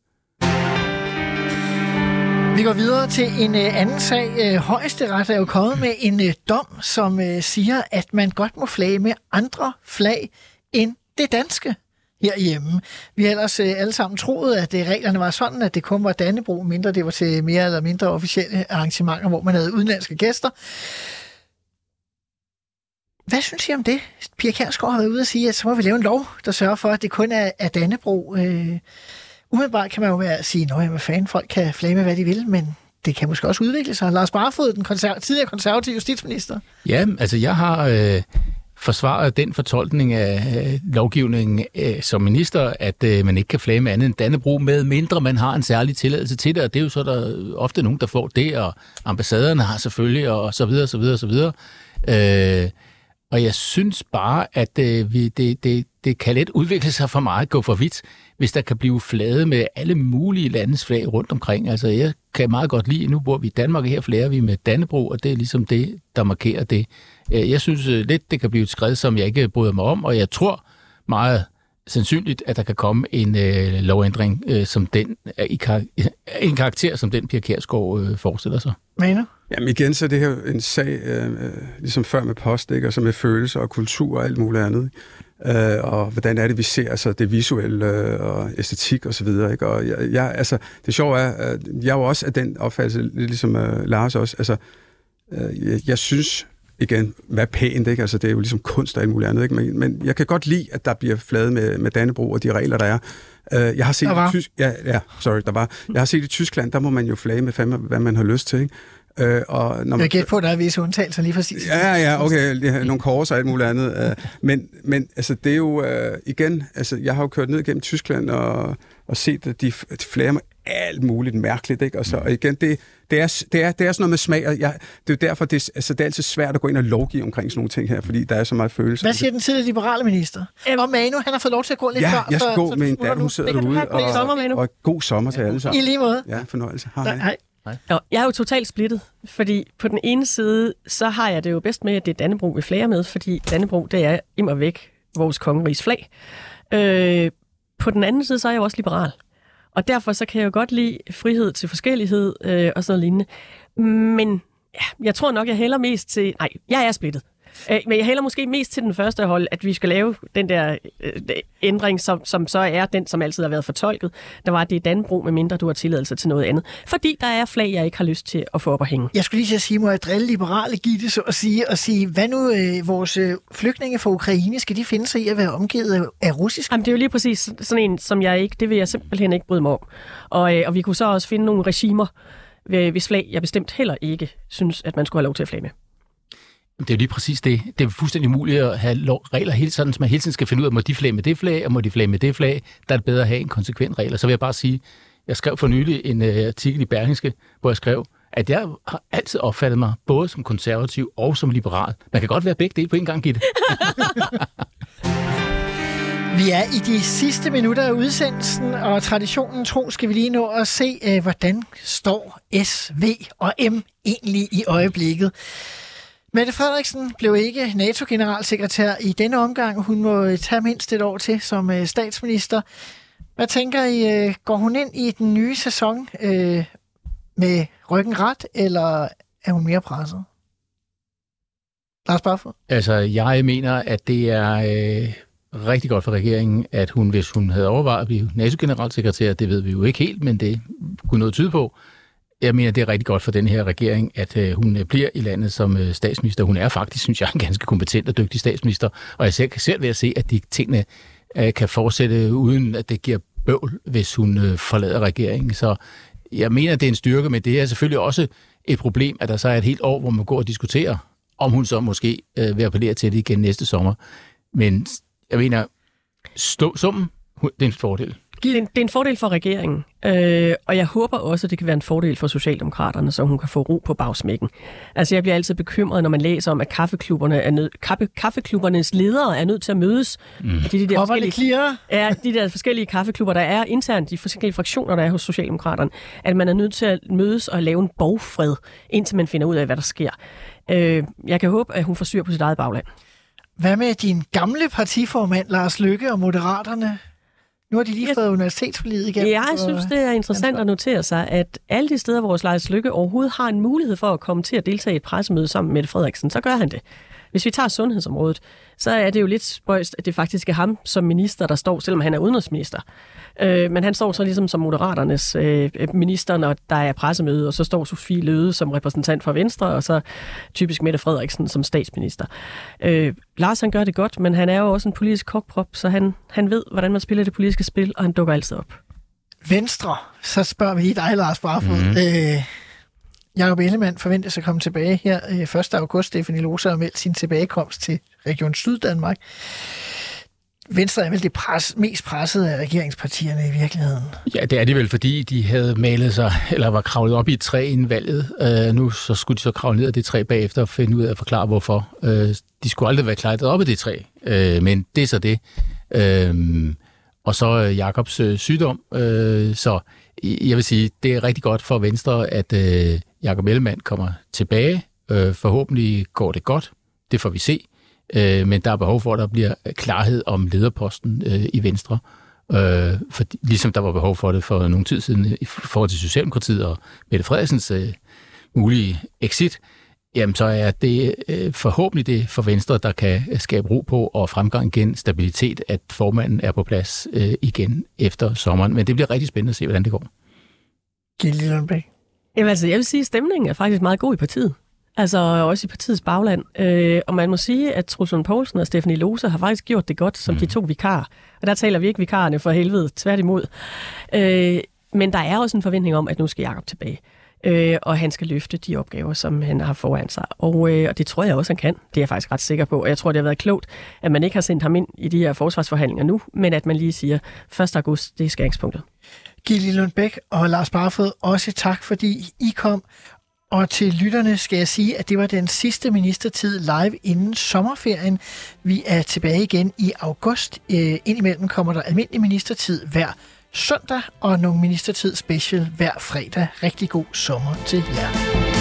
[SPEAKER 6] Vi går videre til en øh, anden sag. Højesteret er jo kommet med en øh, dom, som øh, siger, at man godt må flage med andre flag end det danske herhjemme. Vi har ellers øh, alle sammen troet, at øh, reglerne var sådan, at det kun var Dannebrog, mindre det var til mere eller mindre officielle arrangementer, hvor man havde udenlandske gæster. Hvad synes I om det? Pia Kjærsgaard har været ude at sige, at så må vi lave en lov, der sørger for, at det kun er, er Dannebrog. Øh, umiddelbart kan man jo være at sige, at hvad fanden, folk kan flage med, hvad de vil, men det kan måske også udvikle sig. Lars Barfoed, den konser- tidligere konservative justitsminister.
[SPEAKER 7] Ja, altså jeg har øh, forsvaret den fortolkning af øh, lovgivningen øh, som minister, at øh, man ikke kan flage med andet end Dannebrog, med mindre man har en særlig tilladelse til det, og det er jo så der ofte nogen, der får det, og ambassaderne har selvfølgelig, og så videre, så videre, så videre. Øh, og jeg synes bare, at øh, vi, det, det, det kan let udvikle sig for meget, gå for vidt, hvis der kan blive flaget med alle mulige landes flag rundt omkring. Altså, jeg kan meget godt lide, nu bor vi i Danmark, og her flager vi med Dannebrog, og det er ligesom det, der markerer det. Jeg synes lidt, det kan blive et skred, som jeg ikke bryder mig om, og jeg tror meget sandsynligt, at der kan komme en øh, lovændring, øh, som den, i kar- en karakter, som den Pia Kjærsgaard øh, forestiller sig.
[SPEAKER 6] Mener?
[SPEAKER 8] Jamen igen, så er det her en sag, øh, ligesom før med post, ikke? Altså med følelser og kultur og alt muligt andet. Øh, og hvordan er det, vi ser altså det visuelle øh, og æstetik og så videre, ikke? Og jeg, jeg, altså, det sjove er, at jeg er jo også af den opfattelse, lidt ligesom øh, Lars også, altså, øh, jeg, jeg synes, igen, hvad pænt, ikke? Altså, det er jo ligesom kunst og alt muligt andet, ikke? Men, men jeg kan godt lide, at der bliver flaget med, med Dannebrog og de regler, der er. Uh, jeg har set i Tysk... ja, ja, sorry, der var. Jeg har set i Tyskland, der må man jo flage med fandme, hvad man har lyst til, ikke? Uh, og når man...
[SPEAKER 6] Jeg gætter på, at der er visse undtagelser lige præcis.
[SPEAKER 8] Ja, ja, okay, nogle kors og alt muligt andet. Uh, men, men altså, det er jo uh, igen, altså, jeg har jo kørt ned gennem Tyskland og, og set, at de, de flager med alt muligt mærkeligt, ikke? Og så og igen, det, det, er, det, er, det er sådan noget med smag, og jeg, det er jo derfor, det, altså, det er altid svært at gå ind og lovgive omkring sådan nogle ting her, fordi der er så meget følelse.
[SPEAKER 6] Hvad siger den tidligere liberale minister? Og Manu, han har fået lov til at gå lidt
[SPEAKER 8] ja,
[SPEAKER 6] før.
[SPEAKER 8] Ja, jeg skal
[SPEAKER 6] så,
[SPEAKER 8] gå
[SPEAKER 6] så,
[SPEAKER 8] med en datter, hun sidder derude, og, og, og god sommer til alle sammen.
[SPEAKER 6] I lige måde.
[SPEAKER 8] Ja, fornøjelse. Hej.
[SPEAKER 6] Hej.
[SPEAKER 9] Hej. Jeg er jo totalt splittet, fordi på den ene side, så har jeg det jo bedst med, at det er Dannebrog, vi flager med, fordi Dannebrog, det er immer væk vores kongerigs flag. Øh, på den anden side, så er jeg jo også liberal. Og derfor så kan jeg jo godt lide frihed til forskellighed øh, og sådan lignende. Men ja, jeg tror nok, jeg hælder mest til... Nej, jeg er splittet. Øh, men jeg hælder måske mest til den første hold, at vi skal lave den der øh, ændring, som, som så er den, som altid har været fortolket. Der var, at det er Dannebrog, medmindre du har tilladelse til noget andet. Fordi der er flag, jeg ikke har lyst til at få op at hænge.
[SPEAKER 6] Jeg skulle lige til at sige, må jeg drille liberale Gitte, så at sige, og sige, hvad nu øh, vores øh, flygtninge fra Ukraine, skal de finde sig i at være omgivet af, af russisk?
[SPEAKER 9] Jamen, det er jo lige præcis sådan en, som jeg ikke, det vil jeg simpelthen ikke bryde mig om. Og, øh, og vi kunne så også finde nogle regimer, hvis flag jeg bestemt heller ikke synes, at man skulle have lov til at flage med.
[SPEAKER 7] Det er jo lige præcis det. Det er fuldstændig muligt at have regler hele tiden, så man hele tiden skal finde ud af, må de flage med det flag, og må de flage med det flag. Der er det bedre at have en konsekvent regler. Så vil jeg bare sige, jeg skrev for nylig en uh, artikel i Berlingske, hvor jeg skrev, at jeg har altid opfattet mig både som konservativ og som liberal. Man kan godt være begge dele på en gang, Gitte.
[SPEAKER 6] Vi er i de sidste minutter af udsendelsen, og traditionen tro skal vi lige nå at se, øh, hvordan står S, V og M egentlig i øjeblikket. Mette Frederiksen blev ikke NATO-generalsekretær i denne omgang. Hun må tage mindst et år til som øh, statsminister. Hvad tænker I? Øh, går hun ind i den nye sæson øh, med ryggen ret, eller er hun mere presset? Lars Barfod?
[SPEAKER 7] Altså, jeg mener, at det er... Øh rigtig godt for regeringen, at hun, hvis hun havde overvejet at blive NATO-generalsekretær, det ved vi jo ikke helt, men det kunne noget tyde på. Jeg mener, det er rigtig godt for den her regering, at øh, hun bliver i landet som øh, statsminister. Hun er faktisk, synes jeg, en ganske kompetent og dygtig statsminister, og jeg kan selv ved at se, at de tingene øh, kan fortsætte, uden at det giver bøvl, hvis hun øh, forlader regeringen. Så jeg mener, det er en styrke, men det er selvfølgelig også et problem, at der så er et helt år, hvor man går og diskuterer, om hun så måske øh, vil appellere til det igen næste sommer. Men jeg mener, stå, summen, det er en fordel.
[SPEAKER 9] Det er en, det er en fordel for regeringen, øh, og jeg håber også, at det kan være en fordel for Socialdemokraterne, så hun kan få ro på bagsmækken. Altså, jeg bliver altid bekymret, når man læser om, at kaffeklubberne er nød, kaffe, kaffeklubbernes ledere er nødt til at mødes.
[SPEAKER 6] Mm. De, de, der forskellige,
[SPEAKER 9] ja, de der forskellige kaffeklubber, der er internt, de forskellige fraktioner, der er hos Socialdemokraterne, at man er nødt til at mødes og lave en borgfred, indtil man finder ud af, hvad der sker. Øh, jeg kan håbe, at hun får styr på sit eget bagland.
[SPEAKER 6] Hvad med din gamle partiformand, Lars Løkke og Moderaterne? Nu har de lige fået universitetsforliget igen.
[SPEAKER 9] Ja, jeg synes, det er interessant at notere sig, at alle de steder, hvor Lars Løkke overhovedet har en mulighed for at komme til at deltage i et pressemøde sammen med Mette Frederiksen, så gør han det. Hvis vi tager sundhedsområdet, så er det jo lidt spøjst, at det faktisk er ham som minister, der står, selvom han er udenrigsminister. Øh, men han står så ligesom som Moderaternes øh, minister, når der er pressemøde, og så står Sofie Løhde som repræsentant for Venstre, og så typisk Mette Frederiksen som statsminister. Øh, Lars, han gør det godt, men han er jo også en politisk kokprop, så han, han ved, hvordan man spiller det politiske spil, og han dukker altid op.
[SPEAKER 6] Venstre, så spørger vi lige dig, Lars Barfod. Mm-hmm. Øh, Jakob Ellemann forventes at komme tilbage her øh, første august. Stefanie Lohse har meldt sin tilbagekomst til Region Syddanmark. Venstre er vel det pres, mest pressede af regeringspartierne i virkeligheden?
[SPEAKER 7] Ja, det er det vel, fordi de havde malet sig, eller var kravlet op i et træ inden valget. Uh, nu så skulle de så kravle ned af det træ bagefter og finde ud af at forklare, hvorfor. Uh, de skulle aldrig være klatret op i det træ, uh, men det er så det. Uh, og så uh, Jakobs uh, sygdom. Uh, så jeg vil sige, det er rigtig godt for Venstre, at uh, Jakob Ellemann kommer tilbage. Uh, forhåbentlig går det godt. Det får vi se. Men der er behov for, at der bliver klarhed om lederposten øh, i Venstre. Øh, for, ligesom der var behov for det for nogle tid siden i forhold til Socialdemokratiet og Mette Frederiksens øh, mulige exit, jamen så er det øh, forhåbentlig det for Venstre, der kan skabe ro på og fremgang igen, stabilitet, at formanden er på plads øh, igen efter sommeren. Men det bliver rigtig spændende at se, hvordan det går.
[SPEAKER 6] Gilde Lundbæk.
[SPEAKER 9] Jamen altså, jeg vil sige, at stemningen er faktisk meget god i partiet. Altså også i partiets bagland. Øh, og man må sige, at Troels Lund Poulsen og Stefanie Lohse har faktisk gjort det godt som mm. de to vikarer. Og der taler vi ikke vikarerne for helvede, tværtimod. Øh, men der er også en forventning om, at nu skal Jakob tilbage. Øh, og han skal løfte de opgaver, som han har foran sig. Og, øh, og det tror jeg også, han kan. Det er jeg faktisk ret sikker på. Og jeg tror, det har været klogt, at man ikke har sendt ham ind i de her forsvarsforhandlinger nu, men at man lige siger, første august, det er skæringspunktet.
[SPEAKER 6] Gilde Lundbæk og Lars Barfod, også tak, fordi I kom. Og til lytterne skal jeg sige, at det var den sidste ministertid live inden sommerferien. Vi er tilbage igen i august. Indimellem kommer der almindelig ministertid hver søndag, og nogle ministertid special hver fredag. Rigtig god sommer til jer.